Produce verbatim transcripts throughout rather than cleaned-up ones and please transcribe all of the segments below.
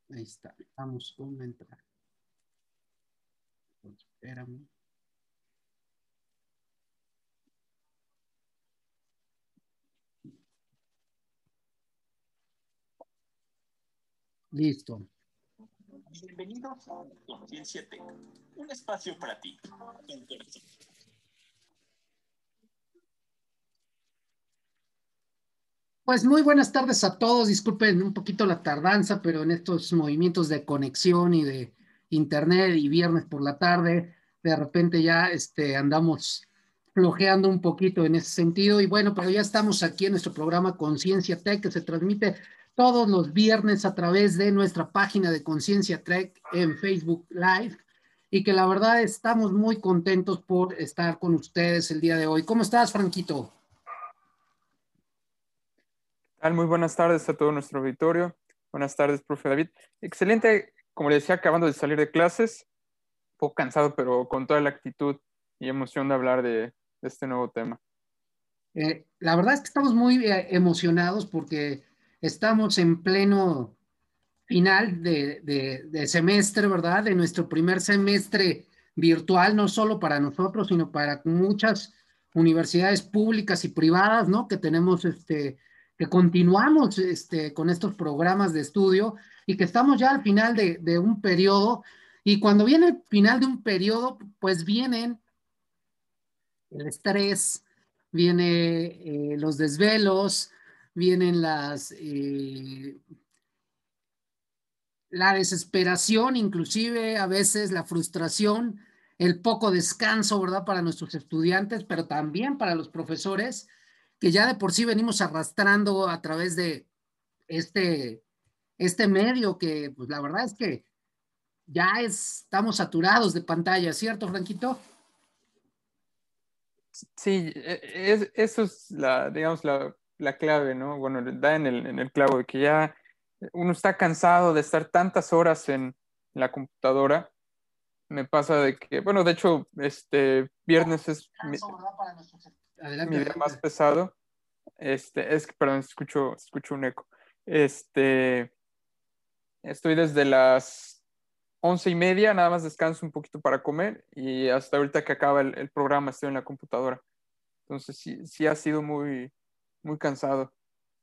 Ahí está. Vamos con una entrada. Espérame. Listo. Bienvenidos a Conciencia Tech, un espacio para ti, con corazón. Pues muy buenas tardes a todos. Disculpen un poquito la tardanza, pero en estos movimientos de conexión y de internet y viernes por la tarde, de repente ya este, andamos flojeando un poquito en ese sentido. Y bueno, pero ya estamos aquí en nuestro programa Conciencia Tech, que se transmite todos los viernes a través de nuestra página de Conciencia Tech en Facebook Live. Y que la verdad estamos muy contentos por estar con ustedes el día de hoy. ¿Cómo estás, Franquito? Tal? Muy buenas tardes a todo nuestro auditorio. Buenas tardes, profe David. Excelente, como le decía, acabando de salir de clases, un poco cansado, pero con toda la actitud y emoción de hablar de, de este nuevo tema. Eh, la verdad es que estamos muy eh, emocionados porque estamos en pleno final de, de, de semestre, ¿verdad? De nuestro primer semestre virtual, no solo para nosotros, sino para muchas universidades públicas y privadas, ¿no? Que tenemos, este, que continuamos este, con estos programas de estudio y que estamos ya al final de, de un periodo. Y cuando viene el final de un periodo, pues vienen el estrés, viene eh, los desvelos, vienen las eh, la desesperación, inclusive a veces la frustración, el poco descanso, ¿verdad? Para nuestros estudiantes, pero también para los profesores, que ya de por sí venimos arrastrando a través de este, este medio que, pues la verdad es que ya es, estamos saturados de pantalla, ¿cierto, Franquito? Sí, e- es, eso es la, digamos, la, la clave, ¿no? Bueno, da en el, en el clavo de que ya uno está cansado de estar tantas horas en la computadora. Me pasa de que, bueno, de hecho, este viernes es mi, Descanso, ¿verdad? Para nuestros... mi Adelante, día más adelante. pesado. Este, es que, perdón, escucho, escucho un eco. Este, estoy desde las once y media, nada más descanso un poquito para comer y hasta ahorita que acaba el, el programa estoy en la computadora. Entonces sí, sí ha sido muy, muy cansado.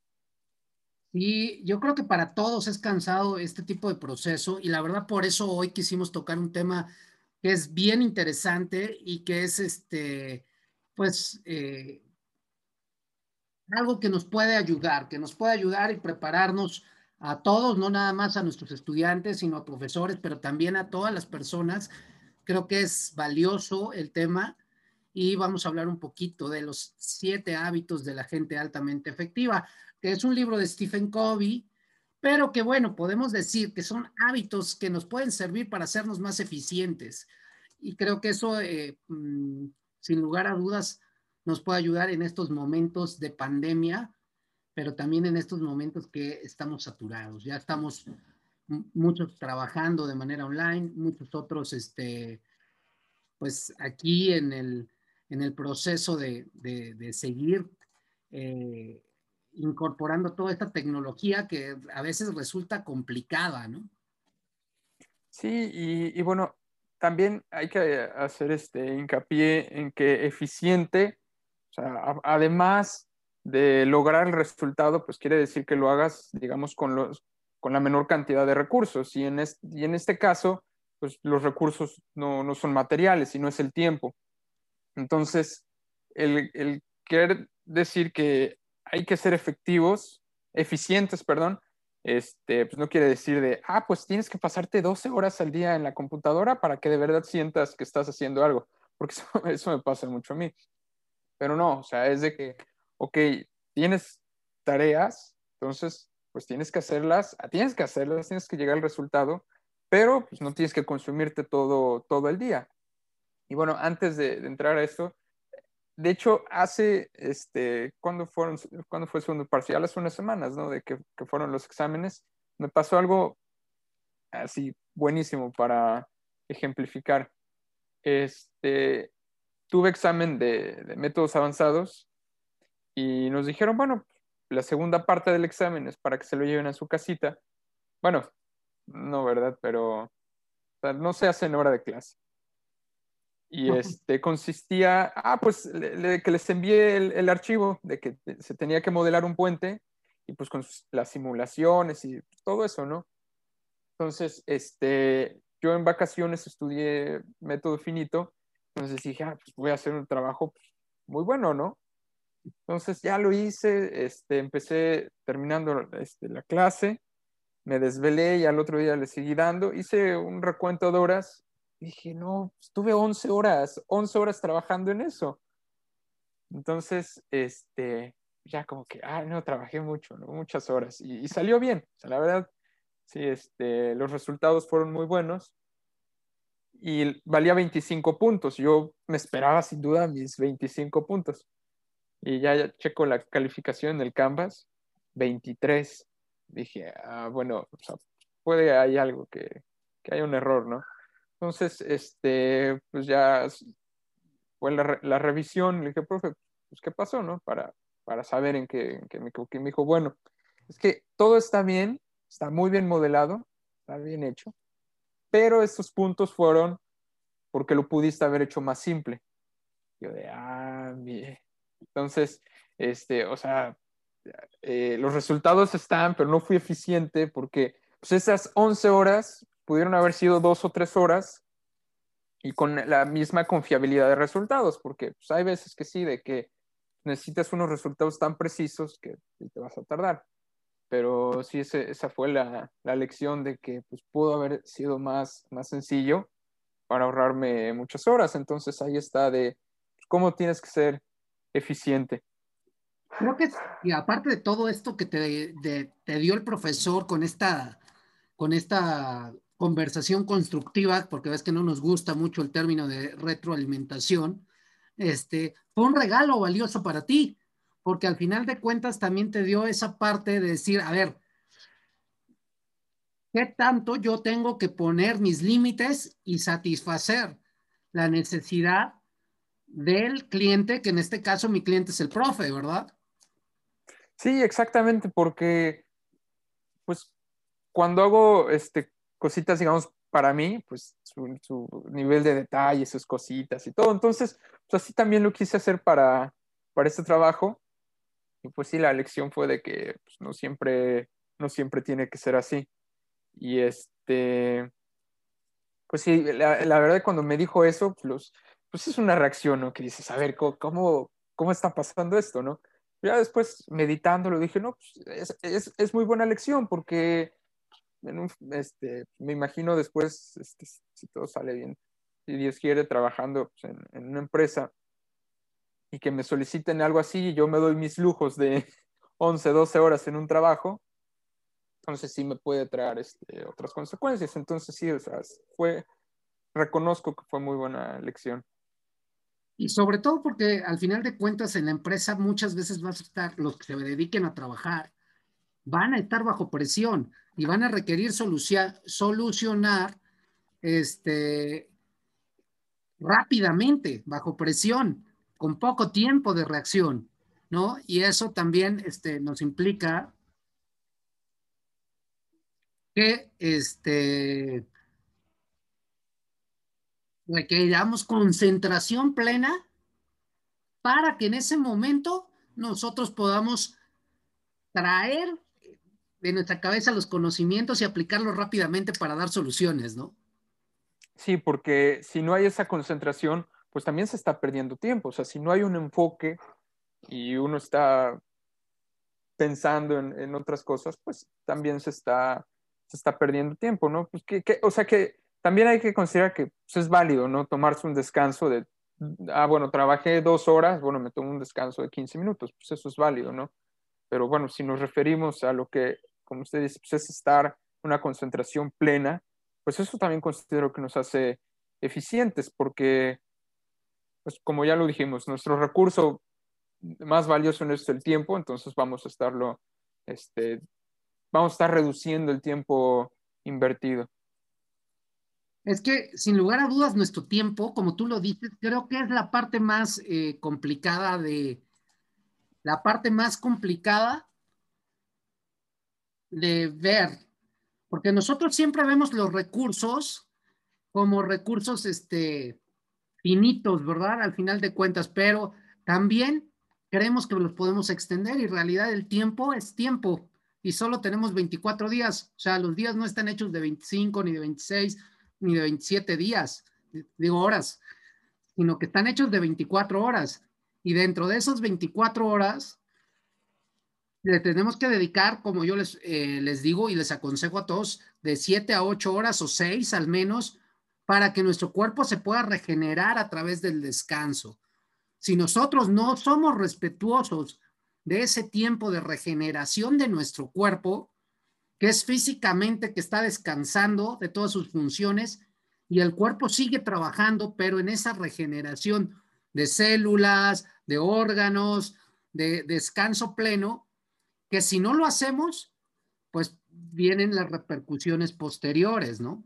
Y yo creo que para todos es cansado este tipo de proceso y la verdad por eso hoy quisimos tocar un tema que es bien interesante y que es este, pues, eh, algo que nos puede ayudar, que nos puede ayudar y prepararnos a todos, no nada más a nuestros estudiantes, sino a profesores, pero también a todas las personas. Creo que es valioso el tema y vamos a hablar un poquito de los siete hábitos de la gente altamente efectiva, que es un libro de Stephen Covey, pero que bueno, podemos decir que son hábitos que nos pueden servir para hacernos más eficientes. Y creo que eso, eh, mmm, sin lugar a dudas, nos puede ayudar en estos momentos de pandemia, pero también en estos momentos que estamos saturados. Ya estamos muchos trabajando de manera online, muchos otros, este, pues aquí en el, en el proceso de, de, de seguir eh, incorporando toda esta tecnología que a veces resulta complicada, ¿no? Sí, y, y bueno, también hay que hacer este hincapié en que eficiente, o sea, a- además de lograr el resultado, pues quiere decir que lo hagas, digamos, con los, con la menor cantidad de recursos. Y en este, y en este caso, pues los recursos no, no son materiales, sino es el tiempo. Entonces, el, el querer decir que hay que ser efectivos, eficientes, perdón, este, pues no quiere decir de, ah, pues tienes que pasarte doce horas al día en la computadora para que de verdad sientas que estás haciendo algo, porque eso, eso me pasa mucho a mí. Pero no, o sea, es de que, ok, tienes tareas, entonces, pues tienes que hacerlas, tienes que hacerlas, tienes que llegar al resultado, pero pues no tienes que consumirte todo, todo el día. Y bueno, antes de, de entrar a esto, de hecho, hace, este, ¿cuándo fueron, cuándo fue el segundo parcial? Hace unas semanas, ¿no? De que, que fueron los exámenes. Me pasó algo así buenísimo para ejemplificar. Este, tuve examen de, de métodos avanzados y nos dijeron, bueno, la segunda parte del examen es para que se lo lleven a su casita. Bueno, no, ¿verdad? Pero o sea, no se hace en hora de clase. Y este consistía, ah, pues le, le, que les envié el, el archivo de que se tenía que modelar un puente y pues con sus, las simulaciones y todo eso, ¿no? Entonces, este, yo en vacaciones estudié método finito, entonces dije, ah, pues voy a hacer un trabajo pues, muy bueno, ¿no? Entonces ya lo hice, este, empecé terminando este, la clase, me desvelé y al otro día le seguí dando, hice un recuento de horas, dije, no, estuve once horas, once horas trabajando en eso. Entonces, este, ya como que, ah, no, trabajé mucho, ¿no? Muchas horas y, y salió bien, o sea, la verdad, sí, este, los resultados fueron muy buenos y valía veinticinco puntos, yo me esperaba sin duda mis veinticinco puntos. Y ya, ya checo la calificación en el Canvas, veintitrés. Dije, ah, bueno, o sea, puede hay algo que, que hay un error, ¿no? Entonces, este, pues ya fue la, la revisión, le dije, profe, pues ¿qué pasó, no? Para, para saber en qué, en qué me equivoqué. Me dijo, bueno, es que todo está bien, está muy bien modelado, está bien hecho, pero estos puntos fueron porque lo pudiste haber hecho más simple. Yo de, ah, bien. Entonces, este, o sea, eh, los resultados están, pero no fui eficiente porque pues, esas once horas pudieron haber sido dos o tres horas y con la misma confiabilidad de resultados, porque pues, hay veces que sí, de que necesitas unos resultados tan precisos que te vas a tardar. Pero sí, ese, esa fue la, la lección de que pues, pudo haber sido más, más sencillo para ahorrarme muchas horas. Entonces ahí está de cómo tienes que ser eficiente. Creo que, y aparte de todo esto que te, de- te dio el profesor con esta, con esta conversación constructiva, porque ves que no nos gusta mucho el término de retroalimentación, este, fue un regalo valioso para ti, porque al final de cuentas también te dio esa parte de decir, a ver, ¿qué tanto yo tengo que poner mis límites y satisfacer la necesidad del cliente, que en este caso mi cliente es el profe, ¿verdad? Sí, exactamente, porque pues cuando hago este, cositas, digamos, para mí, pues su, su nivel de detalle, sus cositas y todo. Entonces, pues así también lo quise hacer para, para este trabajo. Y pues sí, la lección fue de que pues, no siempre, no siempre tiene que ser así. Y este, pues sí, la, la verdad cuando me dijo eso, pues, los, pues es una reacción, ¿no? Que dices, a ver, ¿cómo, cómo, cómo está pasando esto, no? Ya después, meditándolo, dije, no, pues es, es, es muy buena lección porque en un, este, me imagino después, este, si todo sale bien, si Dios quiere, trabajando pues, en, en, una empresa y que me soliciten algo así y yo me doy mis lujos de once, doce horas en un trabajo, entonces sí me puede traer este, otras consecuencias. Entonces sí, o sea, fue, reconozco que fue muy buena lección. Y sobre todo porque al final de cuentas en la empresa muchas veces vas a estar, los que se dediquen a trabajar, van a estar bajo presión y van a requerir solucia, solucionar este, rápidamente, bajo presión, con poco tiempo de reacción, ¿no? Y eso también este, nos implica que este, requeriramos concentración plena para que en ese momento nosotros podamos traer de nuestra cabeza los conocimientos y aplicarlos rápidamente para dar soluciones, ¿no? Sí, porque si no hay esa concentración, pues también se está perdiendo tiempo. O sea, si no hay un enfoque y uno está pensando en, en otras cosas, pues también se está, se está perdiendo tiempo, ¿no? Pues que, que, o sea que también hay que considerar que pues, es válido, ¿no? Tomarse un descanso de, ah, bueno, trabajé dos horas, bueno, me tomo un descanso de quince minutos, pues eso es válido, ¿no? Pero bueno, si nos referimos a lo que, como usted dice, pues es estar una concentración plena, pues eso también considero que nos hace eficientes, porque, pues como ya lo dijimos, nuestro recurso más valioso en esto es el tiempo, entonces vamos a estarlo, este, vamos a estar reduciendo el tiempo invertido. Es que, sin lugar a dudas, nuestro tiempo, como tú lo dices, creo que es la parte más eh, complicada de, la parte más complicada de ver, Porque nosotros siempre vemos los recursos como recursos este, finitos, ¿verdad? Al final de cuentas, pero también creemos que los podemos extender y en realidad el tiempo es tiempo y solo tenemos veinticuatro días. O sea, los días no están hechos de veinticinco, ni de veintiséis, ni de veintisiete días, digo horas, sino que están hechos de veinticuatro horas. Y dentro de esas veinticuatro horas, le tenemos que dedicar, como yo les, eh, les digo y les aconsejo a todos, de siete a ocho horas o seis al menos, para que nuestro cuerpo se pueda regenerar a través del descanso. Si nosotros no somos respetuosos de ese tiempo de regeneración de nuestro cuerpo, que es físicamente que está descansando de todas sus funciones y el cuerpo sigue trabajando, pero en esa regeneración de células, de órganos, de descanso pleno, que si no lo hacemos, pues vienen las repercusiones posteriores, ¿no?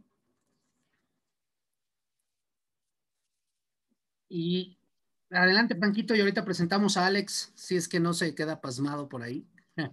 Y adelante, Panquito, y ahorita presentamos a Alex, si es que no se queda pasmado por ahí.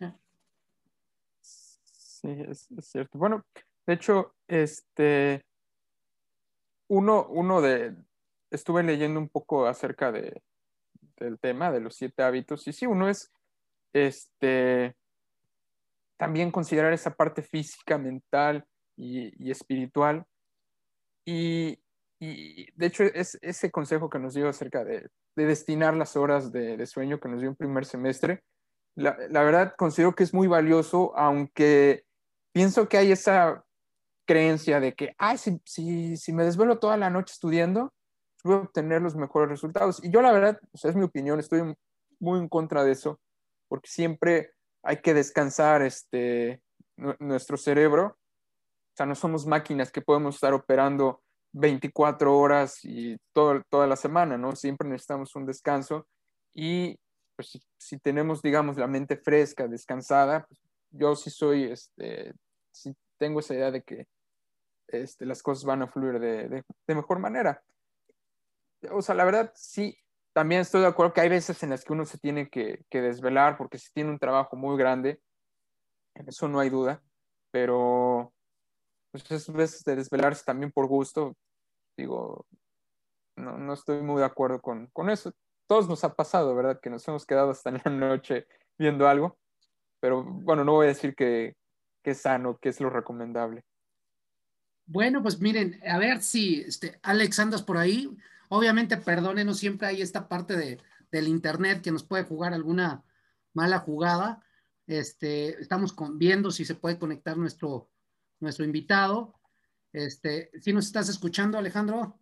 Sí, es, es cierto. Bueno, de hecho, este, uno, uno de, estuve leyendo un poco acerca de, del tema de los siete hábitos, y sí, uno es, este, también considerar esa parte física, mental y, y espiritual. Y, y, de hecho, es ese consejo que nos dio acerca de, de destinar las horas de, de, sueño que nos dio en primer semestre, la, la verdad considero que es muy valioso, aunque pienso que hay esa creencia de que, ay, si, si, si me desvelo toda la noche estudiando, voy a obtener los mejores resultados. Y yo la verdad, o sea, es mi opinión, estoy muy en contra de eso, porque siempre hay que descansar este, nuestro cerebro. O sea, no somos máquinas que podemos estar operando veinticuatro horas y todo, toda la semana, ¿no? Siempre necesitamos un descanso y pues si, si tenemos, digamos, la mente fresca, descansada, pues, yo sí soy, este, sí tengo esa idea de que este, las cosas van a fluir de, de, de mejor manera. O sea, la verdad, sí, también estoy de acuerdo que hay veces en las que uno se tiene que, que desvelar porque si tiene un trabajo muy grande, en eso no hay duda, pero pues esas veces de desvelarse también por gusto, digo, no, no estoy muy de acuerdo con, con eso. Todos nos ha pasado, ¿verdad? Que nos hemos quedado hasta en la noche viendo algo, pero bueno, no voy a decir que, que es sano, que es lo recomendable. Bueno, pues miren, a ver si este, Alex andas por ahí. Obviamente, perdónenos, siempre hay esta parte de, del internet que nos puede jugar alguna mala jugada. Este, estamos con, viendo si se puede conectar nuestro, nuestro invitado. Este, ¿sí nos estás escuchando, Alejandro?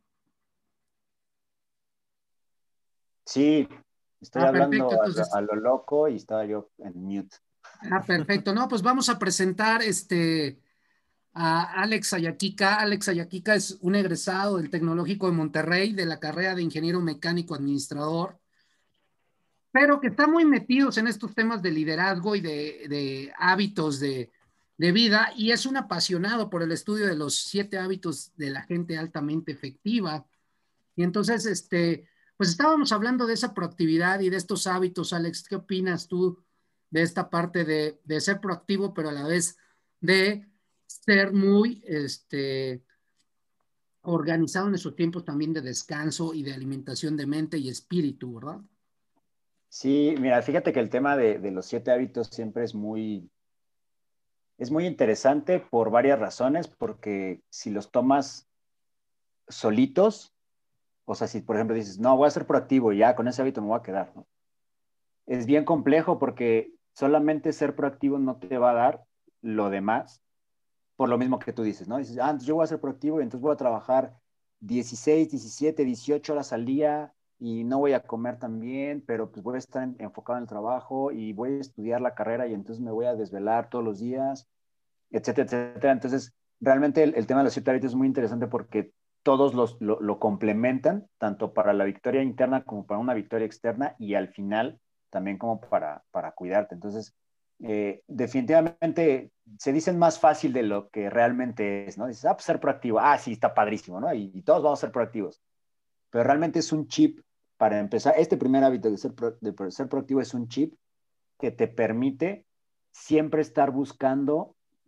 Sí, estoy Ah, perfecto. hablando a lo, Entonces, a lo loco y estaba yo en mute. ah, perfecto. No, pues vamos a presentar este a Alex Ayaquica. Alex Ayaquica es un egresado del Tecnológico de Monterrey de la carrera de Ingeniero Mecánico Administrador, pero que está muy metidos en estos temas de liderazgo y de, de hábitos de, de, vida y es un apasionado por el estudio de los siete hábitos de la gente altamente efectiva. Y entonces, este, pues estábamos hablando de esa proactividad y de estos hábitos. Alex, ¿qué opinas tú de esta parte de, de ser proactivo, pero a la vez de ser muy este, organizado en nuestros tiempos también de descanso y de alimentación de mente y espíritu, ¿verdad? Sí, mira, fíjate que el tema de, de los siete hábitos siempre es muy, es muy interesante por varias razones, porque si los tomas solitos, o sea, si por ejemplo dices, no, voy a ser proactivo y ya con ese hábito me voy a quedar, ¿no? Es bien complejo porque solamente ser proactivo no te va a dar lo demás, por lo mismo que tú dices, ¿no? Dices, ah, entonces yo voy a ser proactivo y entonces voy a trabajar dieciséis, diecisiete, dieciocho horas al día y no voy a comer tan bien, pero pues voy a estar en, enfocado en el trabajo y voy a estudiar la carrera y entonces me voy a desvelar todos los días, etcétera, etcétera. Entonces, realmente el, el tema de los siete hábitos es muy interesante porque todos los, lo, lo complementan, tanto para la victoria interna como para una victoria externa y al final también como para, para cuidarte. Entonces, eh, definitivamente se dicen más fácil de lo que realmente es, ¿no? Dices, ah, pues ser proactivo, ah, sí, está padrísimo, ¿no? Y, y todos vamos a ser proactivos. Pero realmente es un chip para empezar. Este primer hábito de ser, pro, de ser proactivo es un chip que te permite siempre estar buscando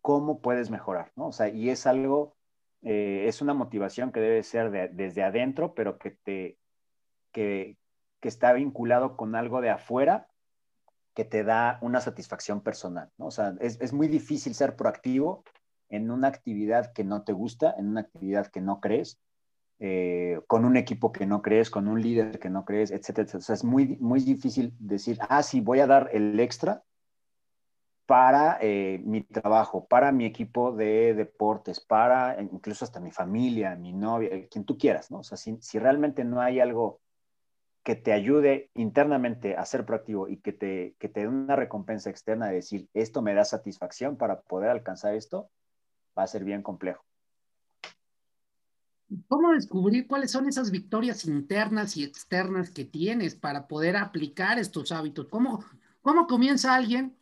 cómo puedes mejorar, ¿no? O sea, y es algo, eh, es una motivación que debe ser de, desde adentro, pero que, te, que, que está vinculado con algo de afuera que te da una satisfacción personal, ¿no? O sea, es, es muy difícil ser proactivo en una actividad que no te gusta, en una actividad que no crees, eh, con un equipo que no crees, con un líder que no crees, etcétera, etcétera. O sea, es muy, muy difícil decir, ah, sí, voy a dar el extra para eh, mi trabajo, para mi equipo de deportes, para incluso hasta mi familia, mi novia, quien tú quieras, ¿no? O sea, si, si realmente no hay algo que te ayude internamente a ser proactivo y que te, que te dé una recompensa externa de decir, esto me da satisfacción para poder alcanzar esto, va a ser bien complejo. ¿Cómo descubrir cuáles son esas victorias internas y externas que tienes para poder aplicar estos hábitos? ¿Cómo, cómo comienza alguien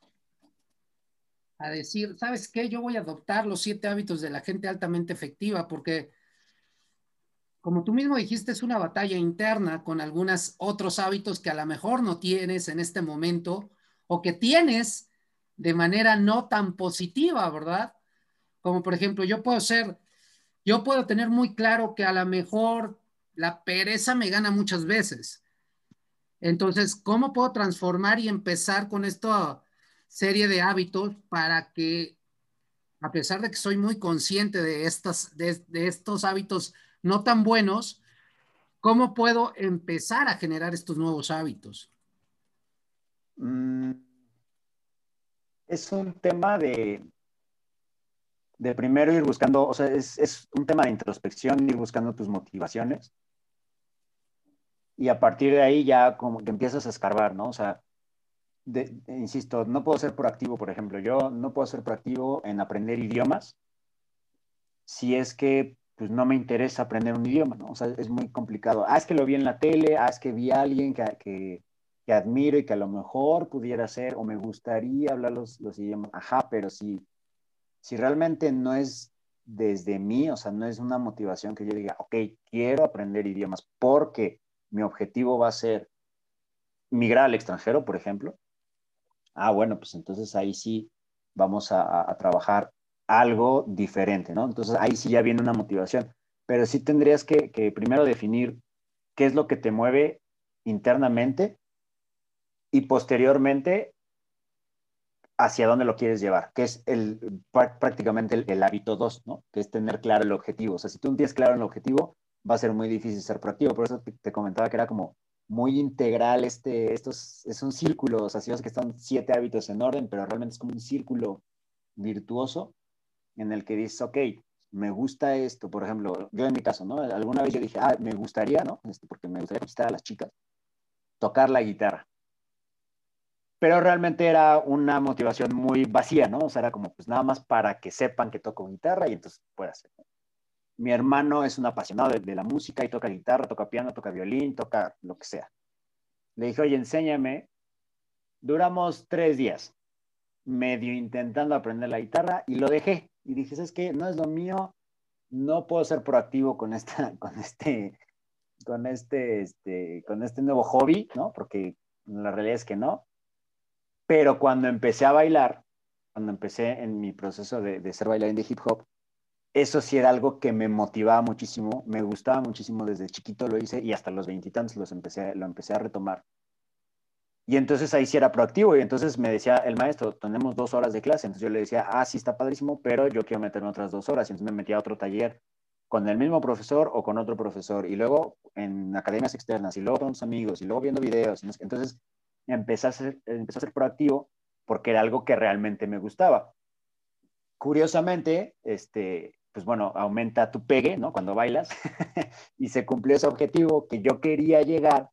a decir, ¿sabes qué? Yo voy a adoptar los siete hábitos de la gente altamente efectiva, porque como tú mismo dijiste, es una batalla interna con algunos otros hábitos que a lo mejor no tienes en este momento o que tienes de manera no tan positiva, ¿verdad? Como por ejemplo, yo puedo ser, yo puedo tener muy claro que a lo mejor la pereza me gana muchas veces. Entonces, ¿cómo puedo transformar y empezar con esta serie de hábitos para que, a pesar de que soy muy consciente de, estas, de, de estos hábitos no tan buenos, ¿cómo puedo empezar a generar estos nuevos hábitos? Mm, es un tema de, de primero ir buscando, o sea, es, es un tema de introspección, ir buscando tus motivaciones y a partir de ahí ya como que empiezas a escarbar, ¿no? O sea, de, de, insisto, no puedo ser proactivo, por ejemplo, yo no puedo ser proactivo en aprender idiomas si es que pues no me interesa aprender un idioma, ¿no? O sea, es muy complicado. Ah, es que lo vi en la tele, ah, es que vi a alguien que, que, que admiro y que a lo mejor pudiera ser, o me gustaría hablar los, los idiomas. Ajá, pero si, si realmente no es desde mí, o sea, no es una motivación que yo diga, ok, quiero aprender idiomas porque mi objetivo va a ser migrar al extranjero, por ejemplo. Ah, bueno, pues entonces ahí sí vamos a, a trabajar algo diferente, ¿no? Entonces ahí sí ya viene una motivación, pero sí tendrías que, que primero definir qué es lo que te mueve internamente y posteriormente hacia dónde lo quieres llevar, que es el, prácticamente el, el hábito dos, ¿no? Que es tener claro el objetivo. O sea, si tú no tienes claro el objetivo, va a ser muy difícil ser proactivo. Por eso te, te comentaba que era como muy integral este, estos, es un círculo, o sea, si ves que están siete hábitos en orden, pero realmente es como un círculo virtuoso en el que dices, ok, me gusta esto, por ejemplo, yo en mi caso, ¿no? Alguna vez yo dije, ah, me gustaría, ¿no? Este, porque me gustaría conquistar a las chicas, tocar la guitarra. Pero realmente era una motivación muy vacía, ¿no? O sea, era como, pues nada más para que sepan que toco guitarra y entonces pueda hacer. Mi hermano es un apasionado de, de la música y toca guitarra, toca piano, toca violín, toca lo que sea. Le dije, oye, enséñame. Duramos tres días medio intentando aprender la guitarra y lo dejé. Y dije, ¿sabes qué? No es lo mío, no puedo ser proactivo con, esta, con, este, con, este, este, con este nuevo hobby, ¿no? Porque la realidad es que no. Pero cuando empecé a bailar, cuando empecé en mi proceso de, de ser bailarín de hip hop, eso sí era algo que me motivaba muchísimo, me gustaba muchísimo, desde chiquito lo hice y hasta los veintitantos los empecé, lo empecé a retomar. Y entonces ahí sí era proactivo y entonces me decía el maestro, tenemos dos horas de clase, entonces yo le decía, ah, sí está padrísimo, pero yo quiero meterme otras dos horas, y entonces me metía a otro taller con el mismo profesor o con otro profesor, y luego en academias externas, y luego con sus amigos, y luego viendo videos, entonces empecé a ser, empecé a ser proactivo porque era algo que realmente me gustaba. Curiosamente, este, pues bueno, aumenta tu pegue, ¿no? Cuando bailas, y se cumplió ese objetivo que yo quería llegar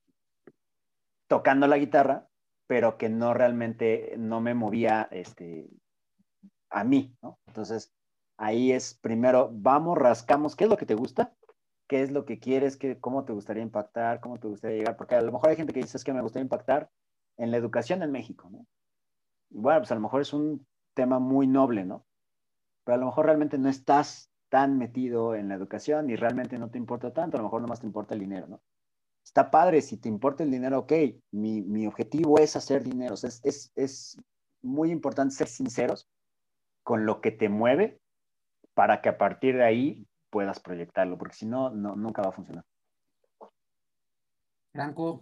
tocando la guitarra, pero que no realmente, no me movía este, a mí, ¿no? Entonces, ahí es primero, vamos, rascamos, ¿qué es lo que te gusta? ¿Qué es lo que quieres? ¿Qué, ¿Cómo te gustaría impactar? ¿Cómo te gustaría llegar? Porque a lo mejor hay gente que dice, es que me gustaría impactar en la educación en México, ¿no? Y bueno, pues a lo mejor es un tema muy noble, ¿no? Pero a lo mejor realmente no estás tan metido en la educación y realmente no te importa tanto, a lo mejor nomás te importa el dinero, ¿no? Está padre, si te importa el dinero, ok, mi, mi objetivo es hacer dinero, o sea, es, es, es muy importante ser sinceros con lo que te mueve para que a partir de ahí puedas proyectarlo, porque si no, no nunca va a funcionar. Franco.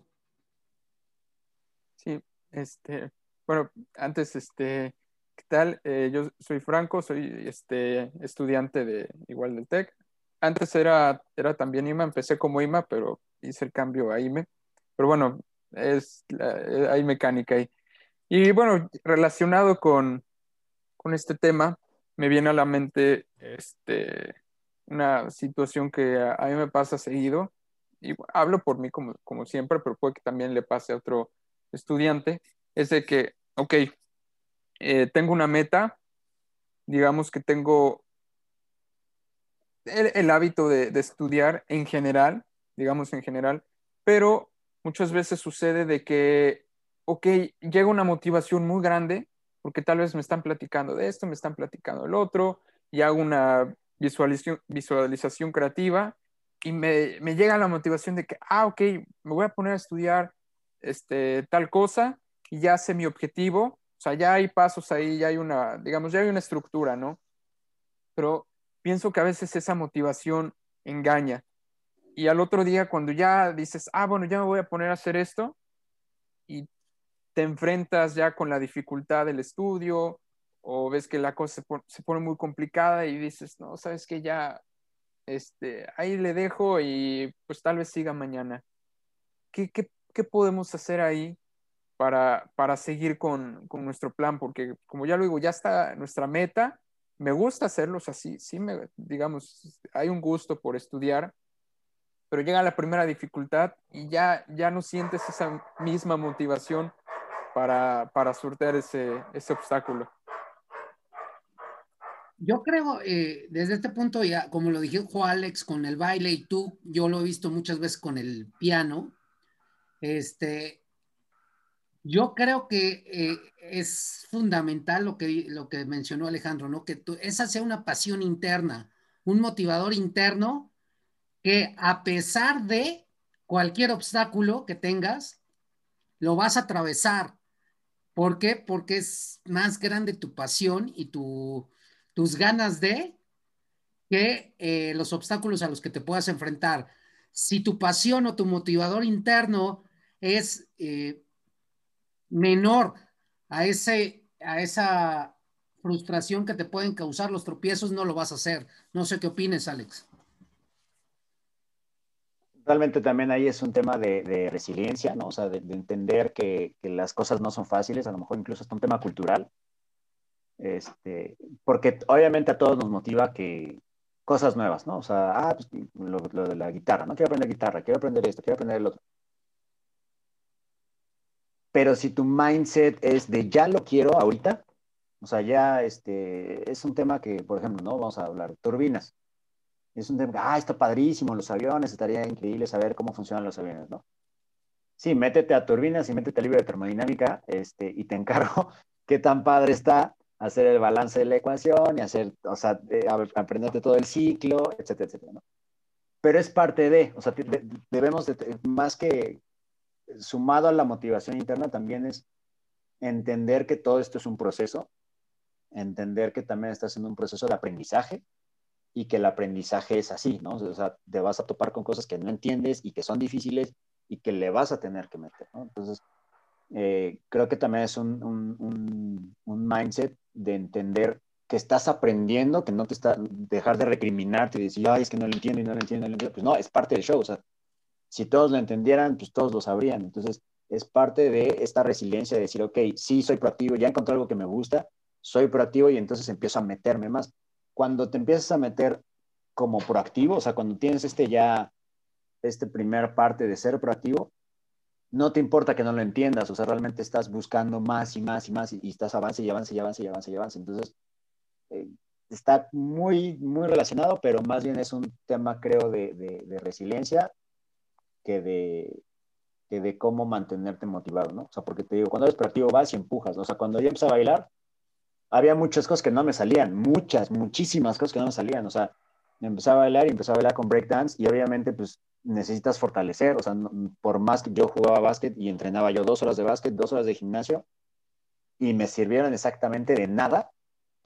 Sí, este, bueno, antes, este, ¿qué tal? Eh, yo soy Franco, soy este, estudiante de igual del TEC. Antes era, era también I M A, empecé como I M A, pero hice el cambio a I M E. Pero bueno, es, la- hay mecánica ahí. Y bueno, relacionado con, con este tema, me viene a la mente este, una situación que a, a mí me pasa seguido. Y hablo por mí como, como siempre, pero puede que también le pase a otro estudiante, es de que, ok, eh, tengo una meta, digamos que tengo el, el hábito de, de estudiar en general, digamos en general, pero muchas veces sucede de que, ok, llega una motivación muy grande, porque tal vez me están platicando de esto, me están platicando del otro, y hago una visualización, visualización creativa, y me, me llega la motivación de que, ah, ok, me voy a poner a estudiar este, tal cosa, y ya sé mi objetivo, o sea, ya hay pasos ahí, ya hay una, digamos, ya hay una estructura, ¿no? Pero pienso que a veces esa motivación engaña. Y al otro día, cuando ya dices, ah, bueno, ya me voy a poner a hacer esto, y te enfrentas ya con la dificultad del estudio, o ves que la cosa se pone, se pone muy complicada y dices, no, sabes que ya, este, ahí le dejo y pues tal vez siga mañana. ¿Qué, qué, qué podemos hacer ahí para, para seguir con, con nuestro plan? Porque como ya lo digo, ya está nuestra meta. Me gusta hacerlo, o sea, sí, sí me, digamos, hay un gusto por estudiar, pero llega la primera dificultad y ya, ya no sientes esa misma motivación para, para sortear ese, ese obstáculo. Yo creo, eh, desde este punto, ya, como lo dijo Alex, con el baile y tú, yo lo he visto muchas veces con el piano, este, yo creo que eh, es fundamental lo que, lo que mencionó Alejandro, ¿no? Que tú, esa sea una pasión interna, un motivador interno que a pesar de cualquier obstáculo que tengas, lo vas a atravesar. ¿Por qué? Porque es más grande tu pasión y tu, tus ganas de que eh, los obstáculos a los que te puedas enfrentar. Si tu pasión o tu motivador interno es eh, menor a, ese, a esa frustración que te pueden causar los tropiezos, no lo vas a hacer. No sé qué opines, Alex. Realmente también ahí es un tema de, de resiliencia, ¿no? O sea, de, de entender que, que, las cosas no son fáciles, a lo mejor incluso es un tema cultural, este, porque obviamente a todos nos motiva que cosas nuevas, ¿no? O sea, ah, pues lo, lo de la guitarra, ¿no? Quiero aprender guitarra, quiero aprender esto, quiero aprender el otro. Pero si tu mindset es de ya lo quiero ahorita, o sea, ya este, es un tema que, por ejemplo, ¿no? Vamos a hablar de turbinas. Es un tema, ah, está padrísimo los aviones, estaría increíble saber cómo funcionan los aviones, ¿no? Sí, métete a turbinas y métete al libro de termodinámica, este, y te encargo qué tan padre está hacer el balance de la ecuación y hacer, o sea, eh, aprenderte todo el ciclo, etcétera, etcétera, ¿no? Pero es parte de, o sea, de, de, debemos, de, más que sumado a la motivación interna, también es entender que todo esto es un proceso, entender que también estás en un proceso de aprendizaje y que el aprendizaje es así, ¿no? O sea, te vas a topar con cosas que no entiendes y que son difíciles y que le vas a tener que meter, ¿no? Entonces, eh, creo que también es un, un, un, un mindset de entender que estás aprendiendo, que no te está, dejar de recriminarte y decir, ay, es que no lo entiendo y no lo entiendo, no lo entiendo. Pues no, es parte del show, o sea, si todos lo entendieran, pues todos lo sabrían. Entonces, es parte de esta resiliencia de decir, ok, sí, soy proactivo, ya encontré algo que me gusta, soy proactivo y entonces empiezo a meterme más. Cuando te empiezas a meter como proactivo, o sea, cuando tienes este ya, este primer parte de ser proactivo, no te importa que no lo entiendas, o sea, realmente estás buscando más y más y más y, y estás avance y avance y avance y avance y avance. Entonces, eh, está muy, muy relacionado, pero más bien es un tema, creo, de, de, de resiliencia que de, que de cómo mantenerte motivado, ¿no? O sea, porque te digo, cuando eres proactivo vas y empujas, ¿no? O sea, cuando yo empecé a bailar, había muchas cosas que no me salían, muchas, muchísimas cosas que no me salían, o sea, empecé a bailar y empecé a bailar con breakdance y obviamente pues necesitas fortalecer, o sea, no, por más que yo jugaba básquet y entrenaba yo dos horas de básquet, dos horas de gimnasio y me sirvieron exactamente de nada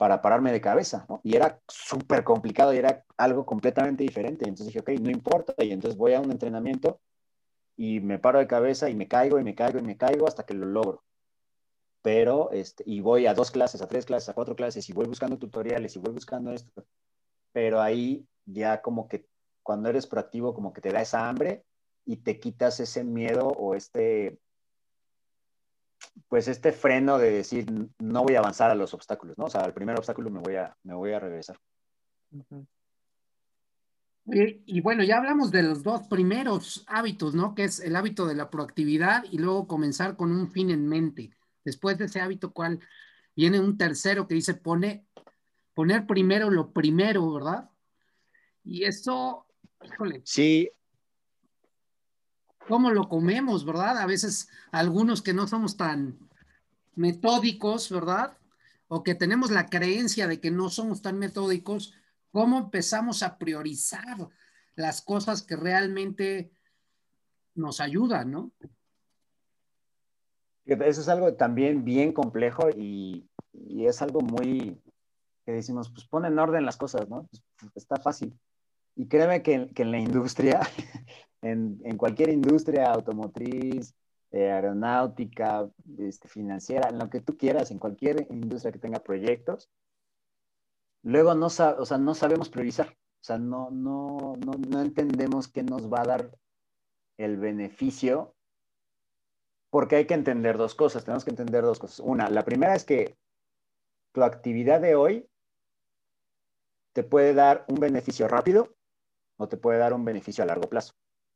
para pararme de cabeza, ¿no? Y era súper complicado y era algo completamente diferente. Entonces dije, ok, no importa. Y entonces voy a un entrenamiento y me paro de cabeza y me caigo y me caigo y me caigo hasta que lo logro. Pero, este, y voy a dos clases, a tres clases, a cuatro clases, y voy buscando tutoriales y voy buscando esto. Pero ahí ya como que cuando eres proactivo, como que te da esa hambre y te quitas ese miedo o este, pues este freno de decir, no voy a avanzar a los obstáculos, ¿no? O sea, al primer obstáculo me voy a, me voy a regresar. Ujú. Oye, y bueno, ya hablamos de los dos primeros hábitos, ¿no? Que es el hábito de la proactividad y luego comenzar con un fin en mente. Después de ese hábito, ¿cuál? Viene un tercero que dice pone, poner primero lo primero, ¿verdad? Y eso, híjole, Sí, ¿cómo lo comemos, verdad? A veces algunos que no somos tan metódicos, ¿verdad? O que tenemos la creencia de que no somos tan metódicos, ¿cómo empezamos a priorizar las cosas que realmente nos ayudan, ¿no? eso es algo también bien complejo y, y es algo muy, que decimos, pues pon en orden las cosas, ¿no? Pues, está fácil. Y créeme que, que en la industria, en, en, cualquier industria automotriz, eh, aeronáutica, este, financiera, en lo que tú quieras, en cualquier industria que tenga proyectos, luego no, o sea, no sabemos priorizar. O sea, no, no, no, no entendemos qué nos va a dar el beneficio, porque hay que entender dos cosas. Tenemos que entender dos cosas. Una, la primera es que tu actividad de hoy te puede dar un beneficio rápido o te puede dar un beneficio a largo plazo.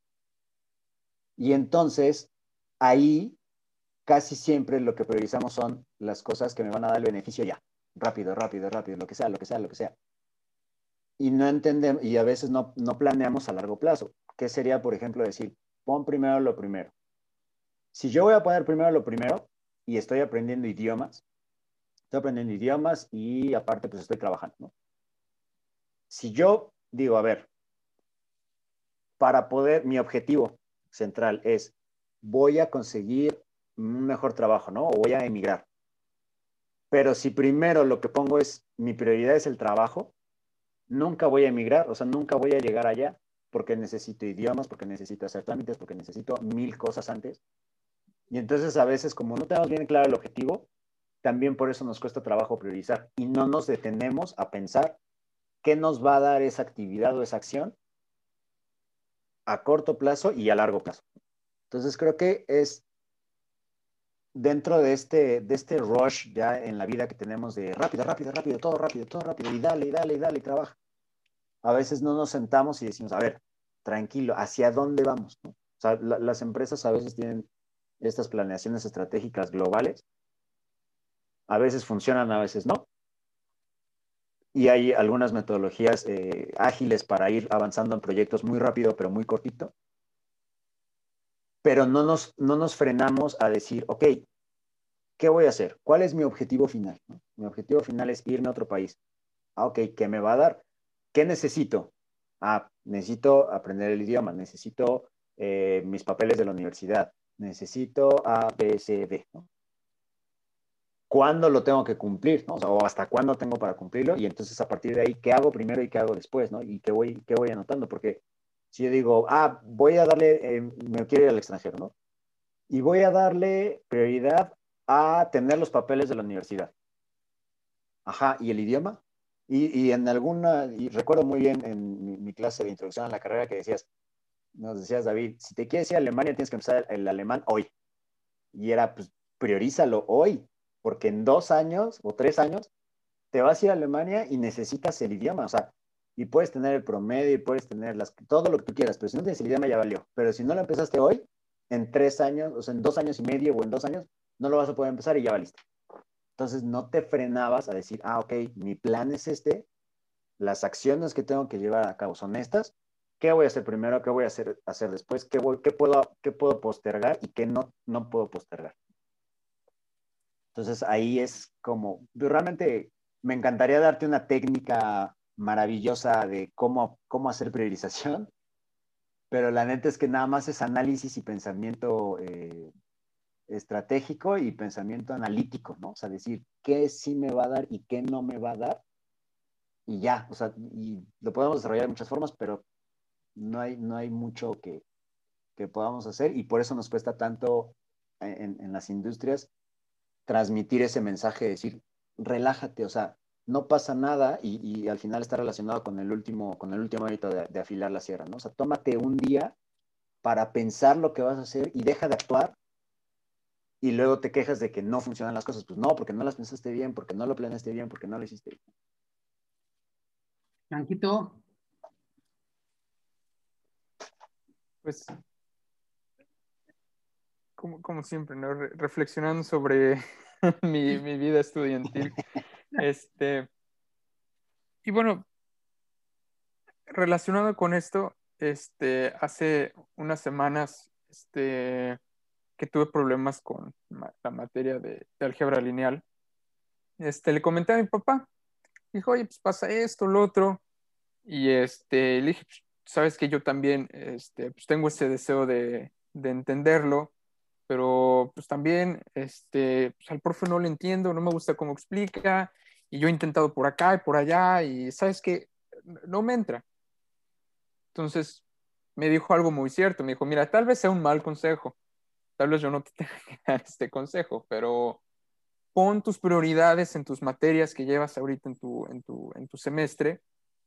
Y entonces, ahí casi siempre lo que priorizamos son las cosas que me van a dar el beneficio ya. Rápido, rápido, rápido, lo que sea, lo que sea, lo que sea. Y no entendemos, y a veces no, no planeamos a largo plazo. ¿Qué sería, por ejemplo, decir, pon primero lo primero? Si yo voy a poner primero lo primero y estoy aprendiendo idiomas, estoy aprendiendo idiomas y aparte pues estoy trabajando, ¿no? Si yo digo, a ver, para poder, mi objetivo central es, voy a conseguir un mejor trabajo, ¿no? O voy a emigrar. Pero si primero lo que pongo es, mi prioridad es el trabajo, nunca voy a emigrar, o sea, nunca voy a llegar allá porque necesito idiomas, porque necesito hacer trámites, porque necesito mil cosas antes. Y entonces a veces, como no tenemos bien claro el objetivo, también por eso nos cuesta trabajo priorizar y no nos detenemos a pensar qué nos va a dar esa actividad o esa acción a corto plazo y a largo plazo. Entonces creo que es dentro de este, de este rush ya en la vida que tenemos de rápido, rápido, rápido, todo rápido, todo rápido, y dale, y dale, y dale, y trabaja. A veces no nos sentamos y decimos, a ver, tranquilo, ¿hacia dónde vamos? ¿No? O sea, la, las empresas a veces tienen estas planeaciones estratégicas globales, a veces funcionan, a veces no, y hay algunas metodologías eh, ágiles para ir avanzando en proyectos muy rápido, pero muy cortito, pero no nos, no nos frenamos a decir, ok, ¿qué voy a hacer? ¿Cuál es mi objetivo final? ¿No? Mi objetivo final es irme a otro país. Ah, ok, ¿qué me va a dar? ¿Qué necesito? Ah, necesito aprender el idioma, necesito eh, mis papeles de la universidad, necesito A, B, C, D, ¿no? ¿Cuándo lo tengo que cumplir? ¿No? O sea, o hasta cuándo tengo para cumplirlo, y entonces a partir de ahí, ¿qué hago primero y qué hago después? ¿No? Y qué voy, qué voy anotando, porque si yo digo, ah, voy a darle, eh, me quiero ir al extranjero, ¿no? Y voy a darle prioridad a tener los papeles de la universidad. Ajá, ¿y el idioma? Y, y en alguna, y recuerdo muy bien en mi, mi, clase de introducción a la carrera que decías, nos decías, David, si te quieres ir a Alemania tienes que empezar el alemán hoy. Y era, pues, priorízalo hoy, porque en dos años o tres años te vas a ir a Alemania y necesitas el idioma, o sea, y puedes tener el promedio y puedes tener las, todo lo que tú quieras, pero si no tienes el idioma ya valió. Pero si no lo empezaste hoy, en tres años, o sea, en dos años y medio o en dos años, no lo vas a poder empezar y ya valiste. Entonces no te frenabas a decir, ah, ok, mi plan es este, las acciones que tengo que llevar a cabo son estas, ¿qué voy a hacer primero? ¿Qué voy a hacer, hacer después? ¿Qué, voy, qué, puedo, ¿Qué puedo postergar y qué no, no puedo postergar? Entonces ahí es como, realmente me encantaría darte una técnica maravillosa de cómo, cómo hacer priorización, pero la neta es que nada más es análisis y pensamiento eh, estratégico y pensamiento analítico, ¿no? O sea, decir qué sí me va a dar y qué no me va a dar. Y ya, o sea, y lo podemos desarrollar de muchas formas, pero no hay, no hay mucho que, que podamos hacer y por eso nos cuesta tanto en, en las industrias transmitir ese mensaje, decir, relájate, o sea, no pasa nada y, y al final está relacionado con el último, con el último hábito de, de afilar la sierra, ¿no? O sea, tómate un día para pensar lo que vas a hacer y deja de actuar y luego te quejas de que no funcionan las cosas. Pues no, porque no las pensaste bien, porque no lo planeaste bien, porque no lo hiciste bien. Blanquito. Pues, como, como siempre, ¿no? Re- reflexionando sobre mi, mi vida estudiantil. Este, y bueno, relacionado con esto, este, hace unas semanas, este, que tuve problemas con ma- la materia de, de álgebra lineal, este, le comenté a mi papá, dijo, oye, pues pasa esto, lo otro, y este, le dije, pues, sabes que yo también, este, pues tengo ese deseo de, de entenderlo, pero pues también, este, pues al profe no le entiendo, no me gusta cómo explica, y yo he intentado por acá y por allá, y sabes que no me entra. Entonces me dijo algo muy cierto, me dijo, mira, tal vez sea un mal consejo, tal vez yo no te tenga que dar este consejo, pero pon tus prioridades en tus materias que llevas ahorita en tu, en tu, en tu semestre